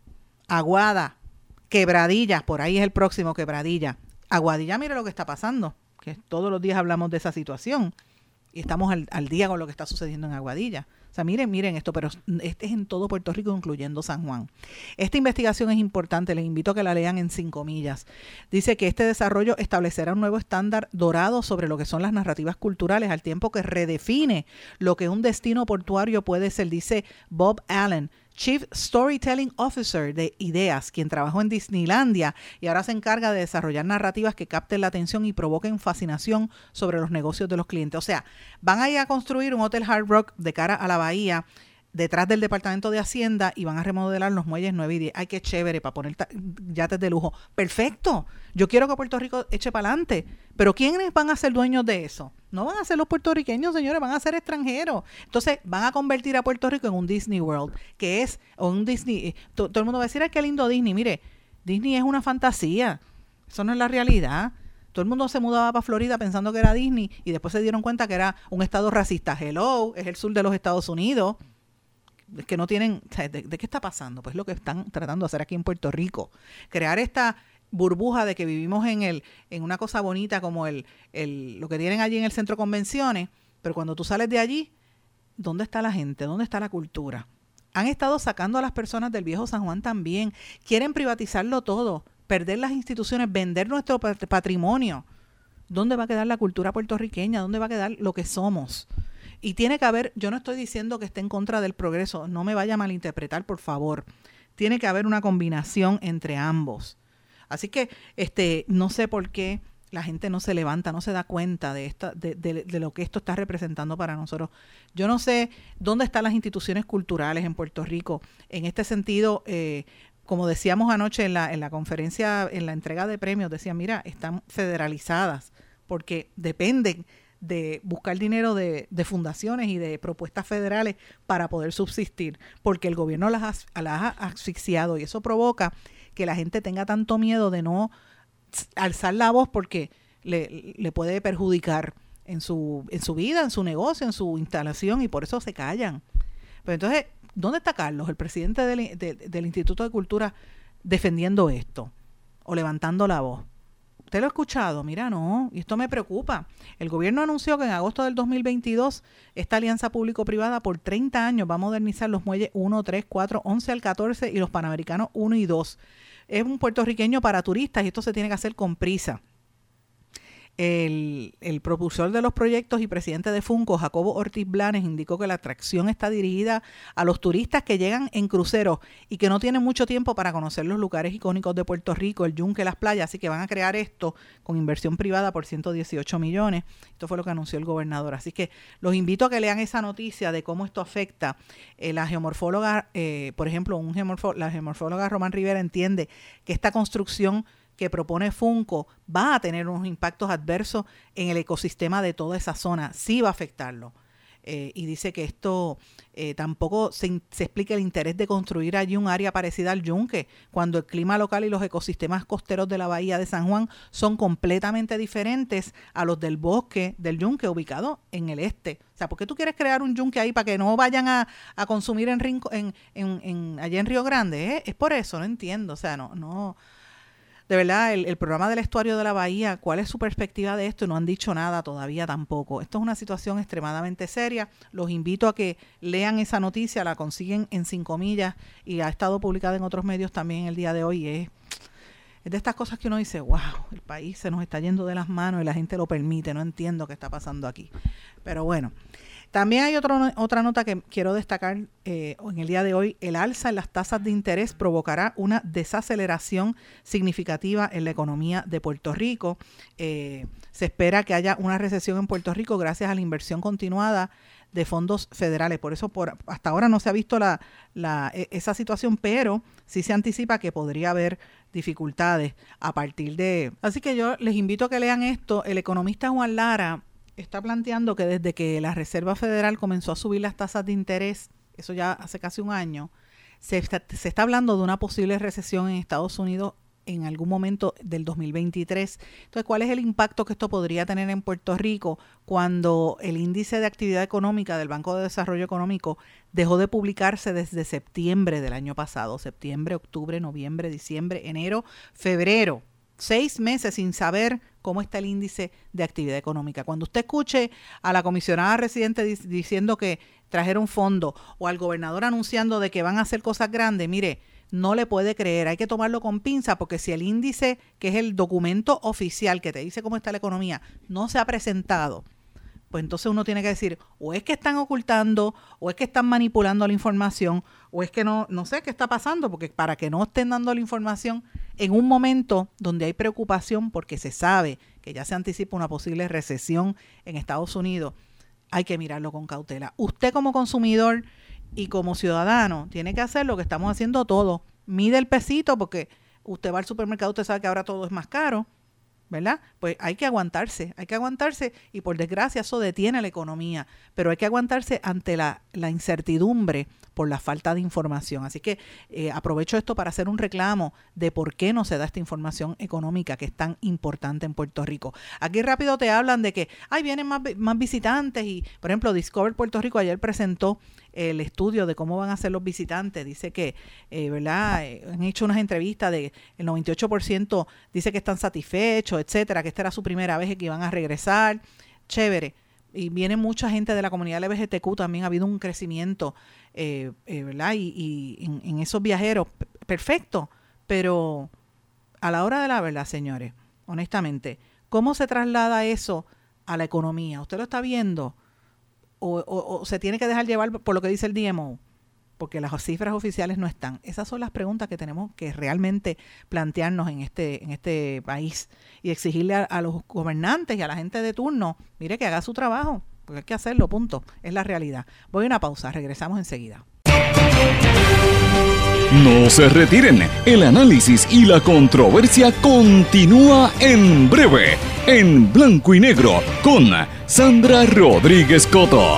Aguada, Quebradilla, por ahí es el próximo, Quebradilla. Aguadilla, mire lo que está pasando, que todos los días hablamos de esa situación y estamos al, al día con lo que está sucediendo en Aguadilla. O sea, miren, miren esto, pero este es en todo Puerto Rico, incluyendo San Juan. Esta investigación es importante, les invito a que la lean en cinco millas. Dice que este desarrollo establecerá un nuevo estándar dorado sobre lo que son las narrativas culturales, al tiempo que redefine lo que un destino portuario puede ser, dice Bob Allen, Chief Storytelling Officer de Ideas, quien trabajó en Disneylandia y ahora se encarga de desarrollar narrativas que capten la atención y provoquen fascinación sobre los negocios de los clientes. O sea, van a ir a construir un hotel Hard Rock de cara a la bahía, detrás del Departamento de Hacienda, y van a remodelar los muelles nueve y diez. Ay, qué chévere, para poner yates de lujo. Perfecto. Yo quiero que Puerto Rico eche para adelante. Pero ¿quiénes van a ser dueños de eso? No van a ser los puertorriqueños, señores, van a ser extranjeros. Entonces van a convertir a Puerto Rico en un Disney World, que es, o un Disney, todo, todo el mundo va a decir, ay, qué lindo Disney. Mire, Disney es una fantasía. Eso no es la realidad. Todo el mundo se mudaba para Florida pensando que era Disney y después se dieron cuenta que era un estado racista. Hello, es el sur de los Estados Unidos. Es que no tienen, ¿de, ¿de qué está pasando? Pues lo que están tratando de hacer aquí en Puerto Rico, crear esta burbuja de que vivimos en el en una cosa bonita como el, el lo que tienen allí en el centro de convenciones, pero cuando tú sales de allí, ¿dónde está la gente? ¿Dónde está la cultura? Han estado sacando a las personas del viejo San Juan también, quieren privatizarlo todo, perder las instituciones, vender nuestro patrimonio. ¿Dónde va a quedar la cultura puertorriqueña? ¿Dónde va a quedar lo que somos? Y tiene que haber, yo no estoy diciendo que esté en contra del progreso, no me vaya a malinterpretar, por favor. Tiene que haber una combinación entre ambos. Así que este, no sé por qué la gente no se levanta, no se da cuenta de, esta, de, de, de lo que esto está representando para nosotros. Yo no sé dónde están las instituciones culturales en Puerto Rico. En este sentido, eh, como decíamos anoche en la, en la conferencia, en la entrega de premios, decían, mira, están federalizadas porque dependen de buscar dinero de, de fundaciones y de propuestas federales para poder subsistir, porque el gobierno las ha, las ha asfixiado y eso provoca que la gente tenga tanto miedo de no alzar la voz porque le, le puede perjudicar en su, en su vida, en su negocio, en su instalación, y por eso se callan. Pero entonces, ¿dónde está Carlos, el presidente del, de, del Instituto de Cultura, defendiendo esto o levantando la voz? ¿Usted lo ha escuchado? Mira, no, y esto me preocupa. El gobierno anunció que en agosto del dos mil veintidós esta alianza público-privada por treinta años va a modernizar los muelles uno, tres, cuatro, once al catorce y los panamericanos uno y dos. Es un puertorriqueño para turistas y esto se tiene que hacer con prisa. El, el propulsor de los proyectos y presidente de Funco, Jacobo Ortiz Blanes, indicó que la atracción está dirigida a los turistas que llegan en cruceros y que no tienen mucho tiempo para conocer los lugares icónicos de Puerto Rico, el yunque, las playas, así que van a crear esto con inversión privada por ciento dieciocho millones. Esto fue lo que anunció el gobernador. Así que los invito a que lean esa noticia de cómo esto afecta. Eh, la geomorfóloga, eh, por ejemplo, un geomorfó- la geomorfóloga Román Rivera entiende que esta construcción que propone Funco va a tener unos impactos adversos en el ecosistema de toda esa zona, sí va a afectarlo. eh, y dice que esto eh, tampoco se, se explica el interés de construir allí un área parecida al Yunque, cuando el clima local y los ecosistemas costeros de la bahía de San Juan son completamente diferentes a los del bosque del Yunque ubicado en el este. O sea, ¿por qué tú quieres crear un yunque ahí para que no vayan a, a consumir en, Rinco, en, en, en allá en Río Grande? ¿Eh? Es por eso, no entiendo. O sea, no, no. De verdad, el, el programa del estuario de la bahía, ¿cuál es su perspectiva de esto? No han dicho nada todavía tampoco. Esto es una situación extremadamente seria. Los invito a que lean esa noticia, la consiguen en Cinco Millas y ha estado publicada en otros medios también el día de hoy. Es, es de estas cosas que uno dice, wow, el país se nos está yendo de las manos y la gente lo permite. No entiendo qué está pasando aquí. Pero bueno. También hay otro, otra nota que quiero destacar eh, en el día de hoy. El alza en las tasas de interés provocará una desaceleración significativa en la economía de Puerto Rico. Eh, se espera que haya una recesión en Puerto Rico gracias a la inversión continuada de fondos federales. Por eso por, hasta ahora no se ha visto la, la, esa situación, pero sí se anticipa que podría haber dificultades a partir de... Así que yo les invito a que lean esto. El economista Juan Lara está planteando que desde que la Reserva Federal comenzó a subir las tasas de interés, eso ya hace casi un año, se está, se está hablando de una posible recesión en Estados Unidos en algún momento del dos mil veintitrés. Entonces, ¿cuál es el impacto que esto podría tener en Puerto Rico cuando el índice de actividad económica del Banco de Desarrollo Económico dejó de publicarse desde septiembre del año pasado? Septiembre, octubre, noviembre, diciembre, enero, febrero. Seis meses sin saber cómo está el índice de actividad económica. Cuando usted escuche a la comisionada residente dic- diciendo que trajeron fondo o al gobernador anunciando de que van a hacer cosas grandes, mire, no le puede creer, hay que tomarlo con pinza, porque si el índice, que es el documento oficial que te dice cómo está la economía, no se ha presentado, pues entonces uno tiene que decir, o es que están ocultando, o es que están manipulando la información, o es que no, no sé qué está pasando, porque para que no estén dando la información en un momento donde hay preocupación porque se sabe que ya se anticipa una posible recesión en Estados Unidos, hay que mirarlo con cautela. Usted como consumidor y como ciudadano tiene que hacer lo que estamos haciendo todos. Mide el pesito, porque usted va al supermercado, usted sabe que ahora todo es más caro, ¿verdad? Pues hay que aguantarse, hay que aguantarse y por desgracia eso detiene la economía, pero hay que aguantarse ante la, la incertidumbre por la falta de información. Así que eh, aprovecho esto para hacer un reclamo de por qué no se da esta información económica que es tan importante en Puerto Rico. Aquí rápido te hablan de que ay, vienen más, más visitantes y, por ejemplo, Discover Puerto Rico ayer presentó el estudio de cómo van a ser los visitantes. Dice que, eh, ¿verdad? Eh, han hecho unas entrevistas de el noventa y ocho por ciento dice que están satisfechos, etcétera, que esta era su primera vez que iban a regresar. Chévere. Y viene mucha gente de la comunidad L G B T Q, también ha habido un crecimiento, eh, eh, ¿verdad? Y, y en, en esos viajeros, p- perfecto. Pero a la hora de la verdad, señores, honestamente, ¿cómo se traslada eso a la economía? ¿Usted lo está viendo? O, o, o se tiene que dejar llevar por lo que dice el D M O, porque las cifras oficiales no están. Esas son las preguntas que tenemos que realmente plantearnos en este en este país y exigirle a, a los gobernantes y a la gente de turno, mire, que haga su trabajo, porque hay que hacerlo, punto. Es la realidad. Voy a una pausa, regresamos enseguida. No se retiren, el análisis y la controversia continúa en breve, en Blanco y Negro, con Sandra Rodríguez Coto.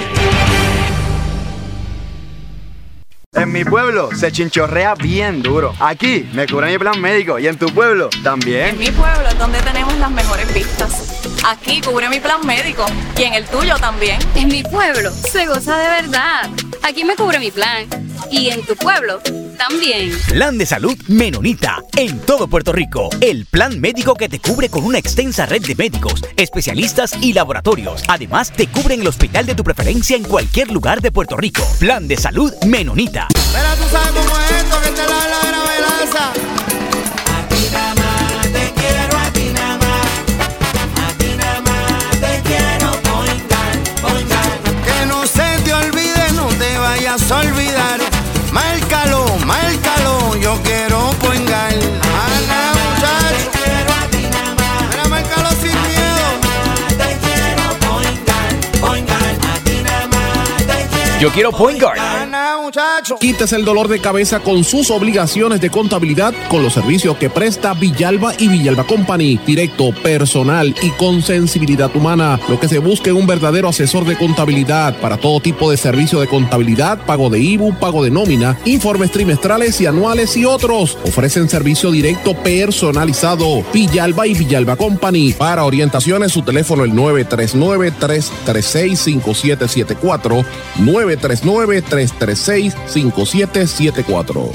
En mi pueblo se chinchorrea bien duro. Aquí me cubre mi plan médico y en tu pueblo también. En mi pueblo es donde tenemos las mejores vistas. Aquí cubre mi plan médico y en el tuyo también. En mi pueblo se goza de verdad. Aquí me cubre mi plan y en tu pueblo también. Plan de Salud Menonita en todo Puerto Rico. El plan médico que te cubre con una extensa red de médicos, especialistas y laboratorios. Además, te cubre en el hospital de tu preferencia en cualquier lugar de Puerto Rico. Plan de Salud Menonita. Pero tú sabes cómo es esto, que te la la gravelaza. A ti nada más te quiero, a ti nada más. A ti nada más te quiero poingar, poingar. Que no se te olvide, no te vayas a olvidar. Márcalo, márcalo, yo quiero poingar. Ana, muchacho. Te quiero a ti nada más. Mira, márcalo sin miedo. Te quiero poingar, poingar. A ti nada más te quiero. Yo quiero point guard. Ana, muchacho. Quítese el dolor de cabeza con sus obligaciones de contabilidad con los servicios que presta Villalba y Villalba Company. Directo, personal y con sensibilidad humana. Lo que se busca en un verdadero asesor de contabilidad para todo tipo de servicio de contabilidad, pago de I B U, pago de nómina, informes trimestrales y anuales y otros. Ofrecen servicio directo personalizado. Villalba y Villalba Company. Para orientaciones, su teléfono el nueve tres nueve, tres tres seis, cinco siete siete cuatro, nueve tres nueve, tres tres seis, cinco siete siete cuatro.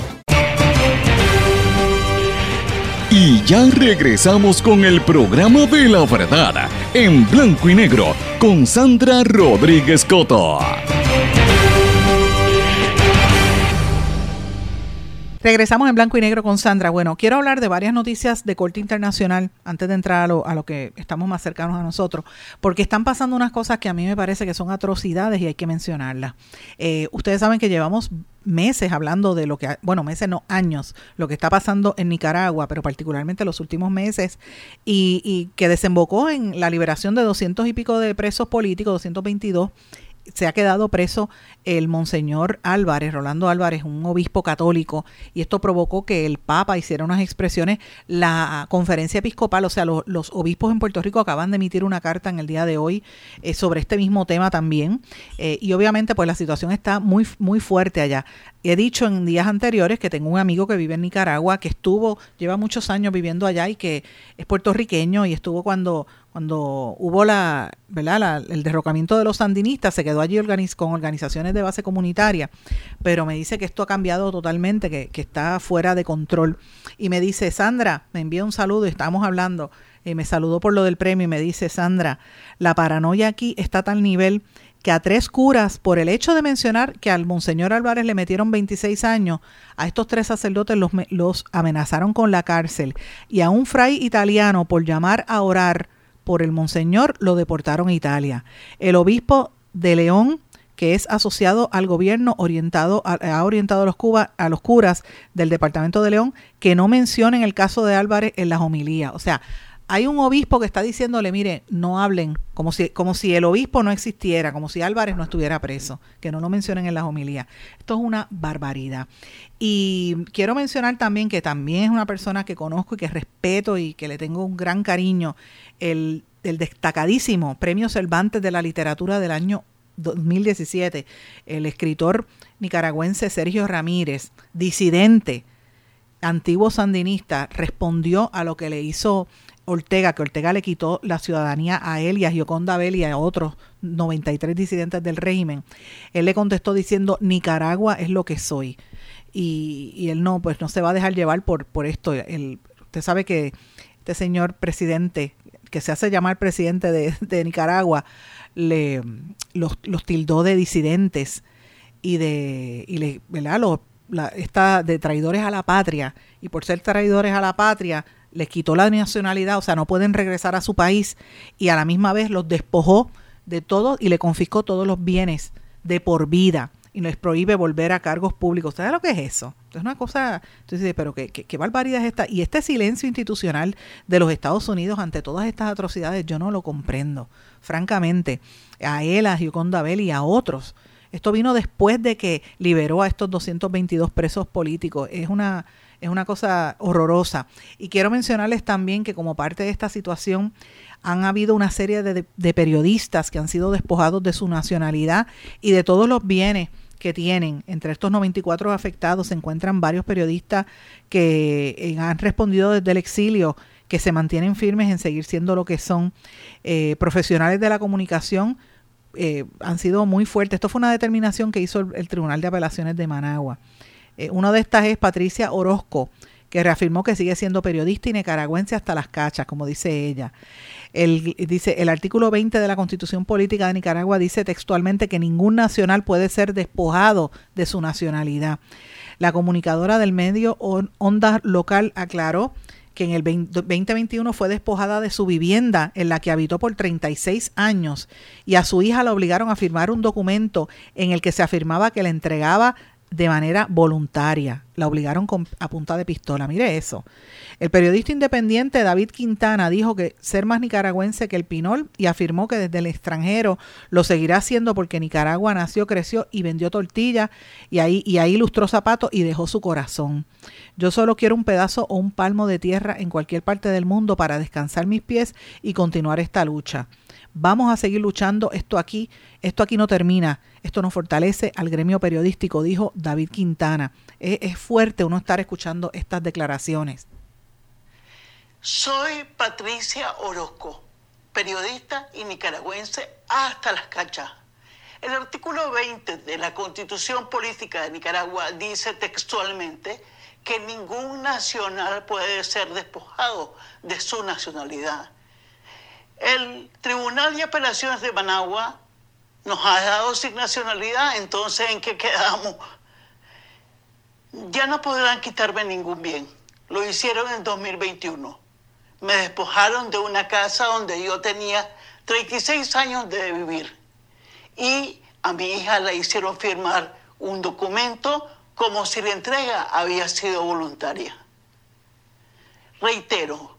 Y ya regresamos con el programa de la verdad, en blanco y negro, con Sandra Rodríguez Coto. Regresamos en blanco y negro con Sandra. Bueno, quiero hablar de varias noticias de corte internacional antes de entrar a lo, a lo que estamos más cercanos a nosotros, porque están pasando unas cosas que a mí me parece que son atrocidades y hay que mencionarlas. Eh, ustedes saben que llevamos meses hablando de lo que, bueno, meses no, años, lo que está pasando en Nicaragua, pero particularmente los últimos meses, y, y que desembocó en la liberación de doscientos y pico de presos políticos, doscientos veintidós. Se ha quedado preso el Monseñor Álvarez, Rolando Álvarez, un obispo católico, y esto provocó que el Papa hiciera unas expresiones. La conferencia episcopal, o sea, los, los obispos en Puerto Rico acaban de emitir una carta en el día de hoy eh, sobre este mismo tema también, eh, y obviamente pues la situación está muy, muy fuerte allá. He dicho en días anteriores que tengo un amigo que vive en Nicaragua, que estuvo, lleva muchos años viviendo allá y que es puertorriqueño y estuvo cuando... Cuando hubo la, ¿verdad? La, el derrocamiento de los sandinistas, se quedó allí organiz, con organizaciones de base comunitaria, pero me dice que esto ha cambiado totalmente, que, que está fuera de control. Y me dice, Sandra, me envía un saludo y estábamos hablando, y me saludó por lo del premio y me dice, Sandra, la paranoia aquí está a tal nivel que a tres curas, por el hecho de mencionar que al Monseñor Álvarez le metieron veintiséis años, a estos tres sacerdotes los, los amenazaron con la cárcel, y a un fray italiano por llamar a orar por el Monseñor lo deportaron a Italia. El obispo de León, que es asociado al gobierno, orientado a, ha orientado a los, Cuba, a los curas del departamento de León que no mencionen el caso de Álvarez en las homilías. O sea, hay un obispo que está diciéndole, mire, no hablen, como si, como si el obispo no existiera, como si Álvarez no estuviera preso, que no lo mencionen en las homilías. Esto es una barbaridad. Y quiero mencionar también que también es una persona que conozco y que respeto y que le tengo un gran cariño, el, el destacadísimo Premio Cervantes de la Literatura del año dos mil diecisiete, el escritor nicaragüense Sergio Ramírez, disidente, antiguo sandinista, respondió a lo que le hizo Ortega, que Ortega le quitó la ciudadanía a él y a Gioconda Belli y a otros noventa y tres disidentes del régimen. Él le contestó diciendo, Nicaragua es lo que soy. Y, y él no, pues no se va a dejar llevar por, por esto. Él, usted sabe que este señor presidente, que se hace llamar presidente de, de Nicaragua, le los, los tildó de disidentes y de, y le, ¿verdad? Los, la, esta, de traidores a la patria. Y por ser traidores a la patria, les quitó la nacionalidad, o sea, no pueden regresar a su país, y a la misma vez los despojó de todo y le confiscó todos los bienes de por vida y les prohíbe volver a cargos públicos. ¿Sabes lo que es eso? Es una cosa, entonces, pero qué, qué, qué barbaridad es esta. Y este silencio institucional de los Estados Unidos ante todas estas atrocidades, yo no lo comprendo, francamente. A él, a Gioconda Belli y a otros. Esto vino después de que liberó a estos doscientos veintidós presos políticos. Es una... Es una cosa horrorosa. Y quiero mencionarles también que como parte de esta situación han habido una serie de, de periodistas que han sido despojados de su nacionalidad y de todos los bienes que tienen. Entre estos noventa y cuatro afectados se encuentran varios periodistas que han respondido desde el exilio, que se mantienen firmes en seguir siendo lo que son. Eh, profesionales de la comunicación eh, han sido muy fuertes. Esto fue una determinación que hizo el, el Tribunal de Apelaciones de Managua. Eh, una de estas es Patricia Orozco, que reafirmó que sigue siendo periodista y nicaragüense hasta las cachas, como dice ella. El, dice, el artículo veinte de la Constitución Política de Nicaragua dice textualmente que ningún nacional puede ser despojado de su nacionalidad. La comunicadora del medio Onda Local aclaró que en el veinte veintiuno fue despojada de su vivienda en la que habitó por treinta y seis años y a su hija la obligaron a firmar un documento en el que se afirmaba que le entregaba de manera voluntaria. La obligaron con, a punta de pistola. Mire eso. El periodista independiente David Quintana dijo que ser más nicaragüense que el Pinol y afirmó que desde el extranjero lo seguirá haciendo porque Nicaragua nació, creció y vendió tortillas y ahí, y ahí lustró zapatos y dejó su corazón. Yo solo quiero un pedazo o un palmo de tierra en cualquier parte del mundo para descansar mis pies y continuar esta lucha. Vamos a seguir luchando, esto aquí, esto aquí no termina, esto nos fortalece al gremio periodístico, dijo David Quintana. Es, es fuerte uno estar escuchando estas declaraciones. Soy Patricia Orozco, periodista y nicaragüense hasta las cachas. El artículo veinte de la Constitución Política de Nicaragua dice textualmente que ningún nacional puede ser despojado de su nacionalidad. El Tribunal de Apelaciones de Managua nos ha dejado sin nacionalidad, entonces ¿en qué quedamos? Ya no podrán quitarme ningún bien. Lo hicieron en dos mil veintiuno. Me despojaron de una casa donde yo tenía treinta y seis años de vivir. Y a mi hija le hicieron firmar un documento como si la entrega había sido voluntaria. Reitero,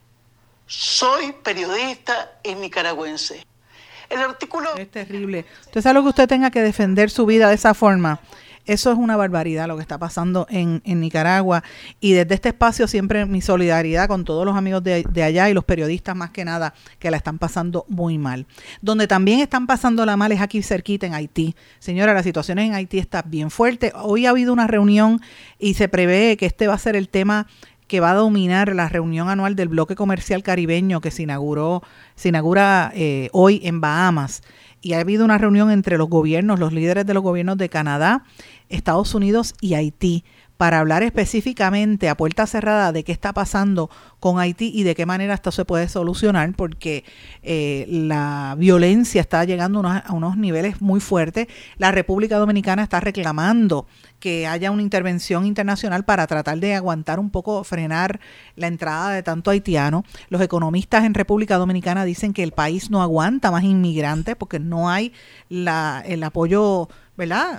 soy periodista y nicaragüense. El artículo... Es terrible. Usted sabe lo que usted tenga que defender su vida de esa forma. Eso es una barbaridad lo que está pasando en, en Nicaragua. Y desde este espacio siempre mi solidaridad con todos los amigos de, de allá y los periodistas más que nada que la están pasando muy mal. Donde también están pasándola mal es aquí cerquita en Haití. Señora, la situación en Haití está bien fuerte. Hoy ha habido una reunión y se prevé que este va a ser el tema que va a dominar la reunión anual del bloque comercial caribeño que se inauguró, se inaugura eh, hoy en Bahamas. Y ha habido una reunión entre los gobiernos, los líderes de los gobiernos de Canadá, Estados Unidos y Haití, para hablar específicamente a puerta cerrada de qué está pasando con Haití y de qué manera esto se puede solucionar, porque eh, la violencia está llegando a unos, a unos niveles muy fuertes. La República Dominicana está reclamando que haya una intervención internacional para tratar de aguantar un poco, frenar la entrada de tanto haitiano. Los economistas en República Dominicana dicen que el país no aguanta más inmigrantes porque no hay la, el apoyo, ¿verdad?,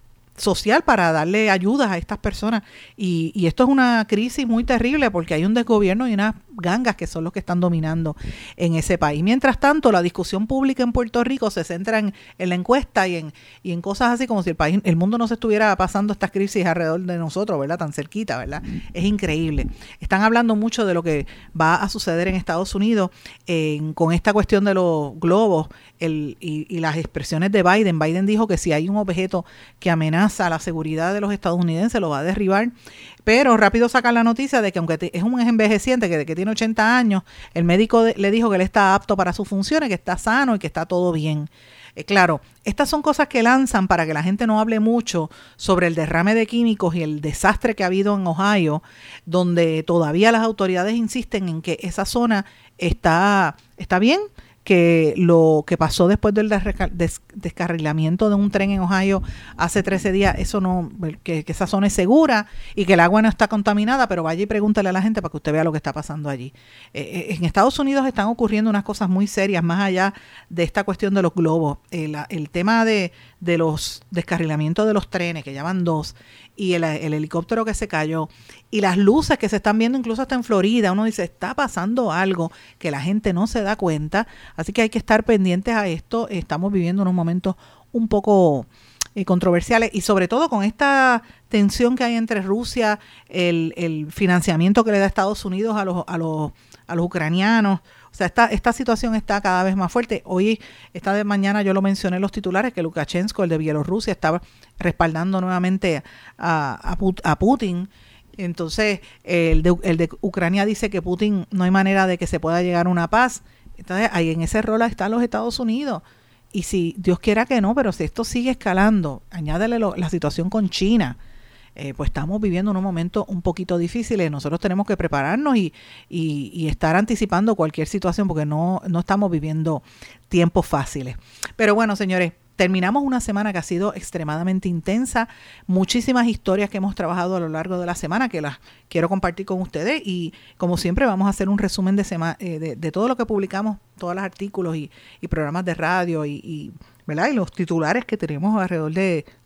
social para darle ayudas a estas personas y, y esto es una crisis muy terrible porque hay un desgobierno y unas gangas que son los que están dominando en ese país. Mientras tanto, la discusión pública en Puerto Rico se centra en, en la encuesta y en, y en cosas así como si el país, el mundo no se estuviera pasando estas crisis alrededor de nosotros, ¿verdad? Tan cerquita, ¿verdad? Es increíble. Están hablando mucho de lo que va a suceder en Estados Unidos eh, con esta cuestión de los globos el, y, y las expresiones de Biden. Biden dijo que si hay un objeto que amenaza a la seguridad de los estadounidenses lo va a derribar, pero rápido sacan la noticia de que aunque te, es un envejeciente que, que tiene ochenta años, el médico de, le dijo que él está apto para sus funciones, que está sano y que está todo bien. Eh, claro, estas son cosas que lanzan para que la gente no hable mucho sobre el derrame de químicos y el desastre que ha habido en Ohio, donde todavía las autoridades insisten en que esa zona está, está bien, que lo que pasó después del des- descarrilamiento de un tren en Ohio hace trece días, eso no, que, que esa zona es segura y que el agua no está contaminada, pero vaya y pregúntale a la gente para que usted vea lo que está pasando allí. Eh, en Estados Unidos están ocurriendo unas cosas muy serias, más allá de esta cuestión de los globos. El, el tema de, de los descarrilamientos de los trenes, que ya van dos, y el, el helicóptero que se cayó, y las luces que se están viendo incluso hasta en Florida. Uno dice, está pasando algo que la gente no se da cuenta, así que hay que estar pendientes a esto. Estamos viviendo unos momentos un poco eh, controversiales, y sobre todo con esta tensión que hay entre Rusia, el, el financiamiento que le da Estados Unidos a los, a los, a los ucranianos. O sea, esta, esta situación está cada vez más fuerte. Hoy, esta de mañana, yo lo mencioné en los titulares, que Lukashenko, el de Bielorrusia, estaba respaldando nuevamente a, a, a Putin. Entonces, el de, el de Ucrania dice que Putin no hay manera de que se pueda llegar a una paz. Entonces, ahí en ese rol están los Estados Unidos. Y si Dios quiera que no, pero si esto sigue escalando, añádele lo, la situación con China, eh, pues estamos viviendo unos momentos un poquito difíciles. Nosotros tenemos que prepararnos y, y, y estar anticipando cualquier situación, porque no, no estamos viviendo tiempos fáciles. Pero bueno, señores, terminamos una semana que ha sido extremadamente intensa, muchísimas historias que hemos trabajado a lo largo de la semana que las quiero compartir con ustedes, y como siempre vamos a hacer un resumen de, sema, eh, de, de todo lo que publicamos, todos los artículos y, y programas de radio y, y, ¿verdad? Y los titulares que tenemos alrededor de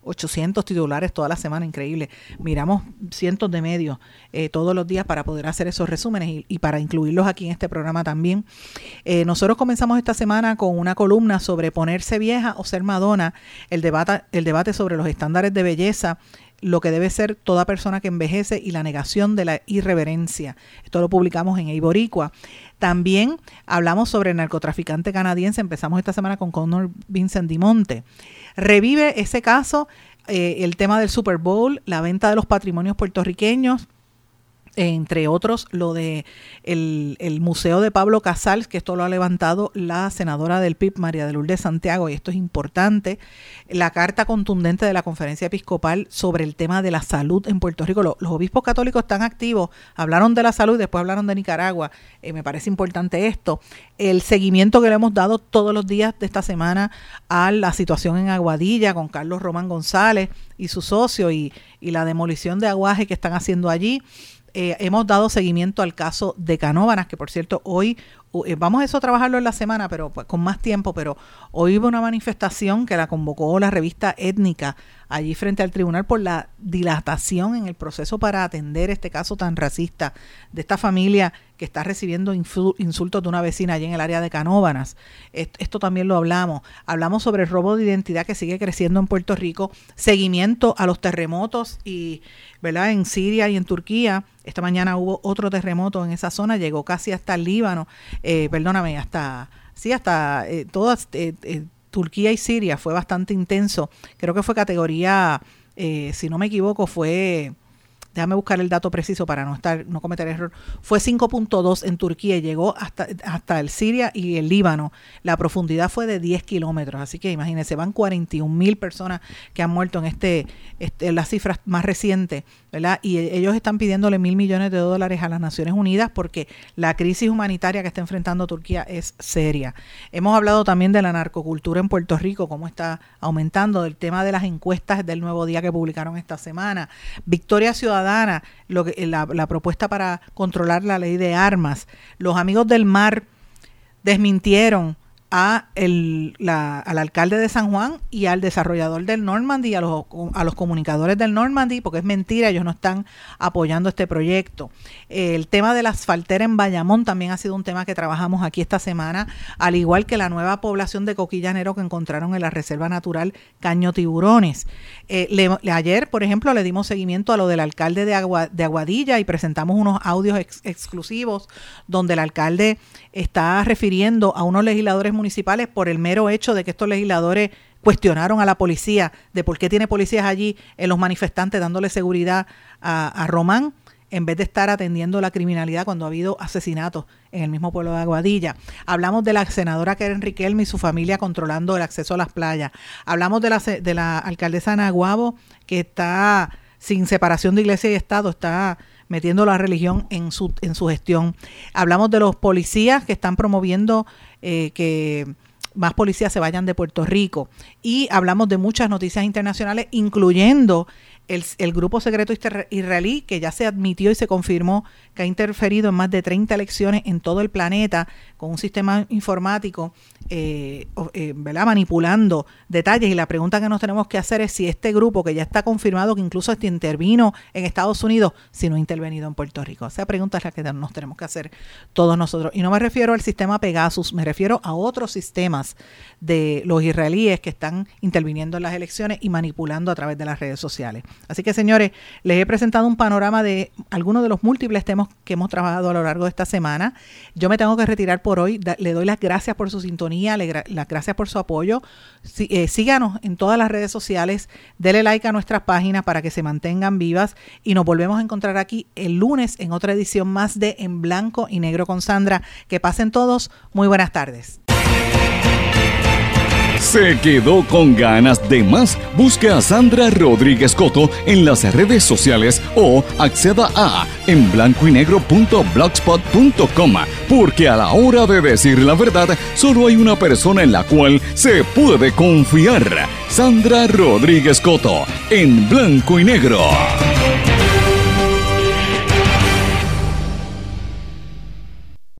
ochocientos titulares toda la semana, increíble. Miramos cientos de medios eh, todos los días para poder hacer esos resúmenes y, y para incluirlos aquí en este programa también. Eh, nosotros comenzamos esta semana con una columna sobre ponerse vieja o ser Madonna, el debate, el debate sobre los estándares de belleza, lo que debe ser toda persona que envejece y la negación de la irreverencia. Esto lo publicamos en El Boricua. También hablamos sobre el narcotraficante canadiense. Empezamos esta semana con Conor Vincent Dimonte. Revive ese caso, eh, el tema del Super Bowl, la venta de los patrimonios puertorriqueños, entre otros lo de el, el Museo de Pablo Casals, que esto lo ha levantado la senadora del P I B, María de Lourdes Santiago, y esto es importante, la carta contundente de la Conferencia Episcopal sobre el tema de la salud en Puerto Rico. Los, los obispos católicos están activos, hablaron de la salud y después hablaron de Nicaragua, eh, me parece importante esto, el seguimiento que le hemos dado todos los días de esta semana a la situación en Aguadilla con Carlos Román González y su socio y, y la demolición de aguaje que están haciendo allí. Eh, hemos dado seguimiento al caso de Canóvanas, que por cierto hoy, eh, vamos a eso a trabajarlo en la semana, pero pues, con más tiempo, pero hoy hubo una manifestación que la convocó la revista Étnica allí frente al tribunal por la dilatación en el proceso para atender este caso tan racista de esta familia que está recibiendo insultos de una vecina allí en el área de Canóvanas. Esto también lo hablamos. Hablamos sobre el robo de identidad que sigue creciendo en Puerto Rico, seguimiento a los terremotos y, ¿verdad?, en Siria y en Turquía. Esta mañana hubo otro terremoto en esa zona, llegó casi hasta el Líbano, eh, perdóname, hasta, sí, hasta eh, todas, eh, eh, Turquía y Siria, fue bastante intenso. Creo que fue categoría, eh, si no me equivoco, fue, déjame buscar el dato preciso para no estar no cometer error, fue cinco punto dos en Turquía y llegó hasta, hasta el Siria y el Líbano. La profundidad fue de diez kilómetros, así que imagínense, van cuarenta y un mil personas que han muerto en este, este las cifras más recientes, ¿verdad? Y ellos están pidiéndole mil millones de dólares a las Naciones Unidas porque la crisis humanitaria que está enfrentando Turquía es seria. Hemos hablado también de la narcocultura en Puerto Rico, cómo está aumentando, del tema de las encuestas del Nuevo Día que publicaron esta semana. Victoria Ciudadana, lo que, la, la propuesta para controlar la ley de armas. Los amigos del mar desmintieron a el, la, al alcalde de San Juan y al desarrollador del Normandy, a los, a los comunicadores del Normandy, porque es mentira, ellos no están apoyando este proyecto. El tema de la asfaltera en Bayamón también ha sido un tema que trabajamos aquí esta semana, al igual que la nueva población de coquillanero que encontraron en la Reserva Natural Caño Tiburones. Eh, le, le, ayer, por ejemplo, le dimos seguimiento a lo del alcalde de, Agua, de Aguadilla y presentamos unos audios ex, exclusivos donde el alcalde está refiriendo a unos legisladores municipales por el mero hecho de que estos legisladores cuestionaron a la policía de por qué tiene policías allí en los manifestantes dándole seguridad a, a Román en vez de estar atendiendo la criminalidad cuando ha habido asesinatos en el mismo pueblo de Aguadilla. Hablamos de la senadora Keren Riquelme y su familia controlando el acceso a las playas. Hablamos de la, de la alcaldesa Ana Aguabo, que está sin separación de iglesia y Estado, está metiendo la religión en su, en su gestión. Hablamos de los policías que están promoviendo eh, que más policías se vayan de Puerto Rico. Y hablamos de muchas noticias internacionales, incluyendo el, el grupo secreto israelí, que ya se admitió y se confirmó que ha interferido en más de treinta elecciones en todo el planeta con un sistema informático, eh, eh, ¿verdad?, manipulando detalles. Y la pregunta que nos tenemos que hacer es si este grupo, que ya está confirmado que incluso este intervino en Estados Unidos, si no ha intervenido en Puerto Rico. Esa pregunta es la que nos tenemos que hacer todos nosotros. Y no me refiero al sistema Pegasus, me refiero a otros sistemas de los israelíes que están interviniendo en las elecciones y manipulando a través de las redes sociales. Así que, señores, les he presentado un panorama de algunos de los múltiples temas que hemos trabajado a lo largo de esta semana. Yo me tengo que retirar por hoy. Da, le doy las gracias por su sintonía, le gra- las gracias por su apoyo. Sí, eh, síganos en todas las redes sociales, dele like a nuestras páginas para que se mantengan vivas y nos volvemos a encontrar aquí el lunes en otra edición más de En Blanco y Negro con Sandra. Que pasen todos. Muy buenas tardes. ¿Se quedó con ganas de más? Busque a Sandra Rodríguez Coto en las redes sociales o acceda a en blanco y negro punto blogspot punto com, porque a la hora de decir la verdad, solo hay una persona en la cual se puede confiar. Sandra Rodríguez Coto, en Blanco y Negro.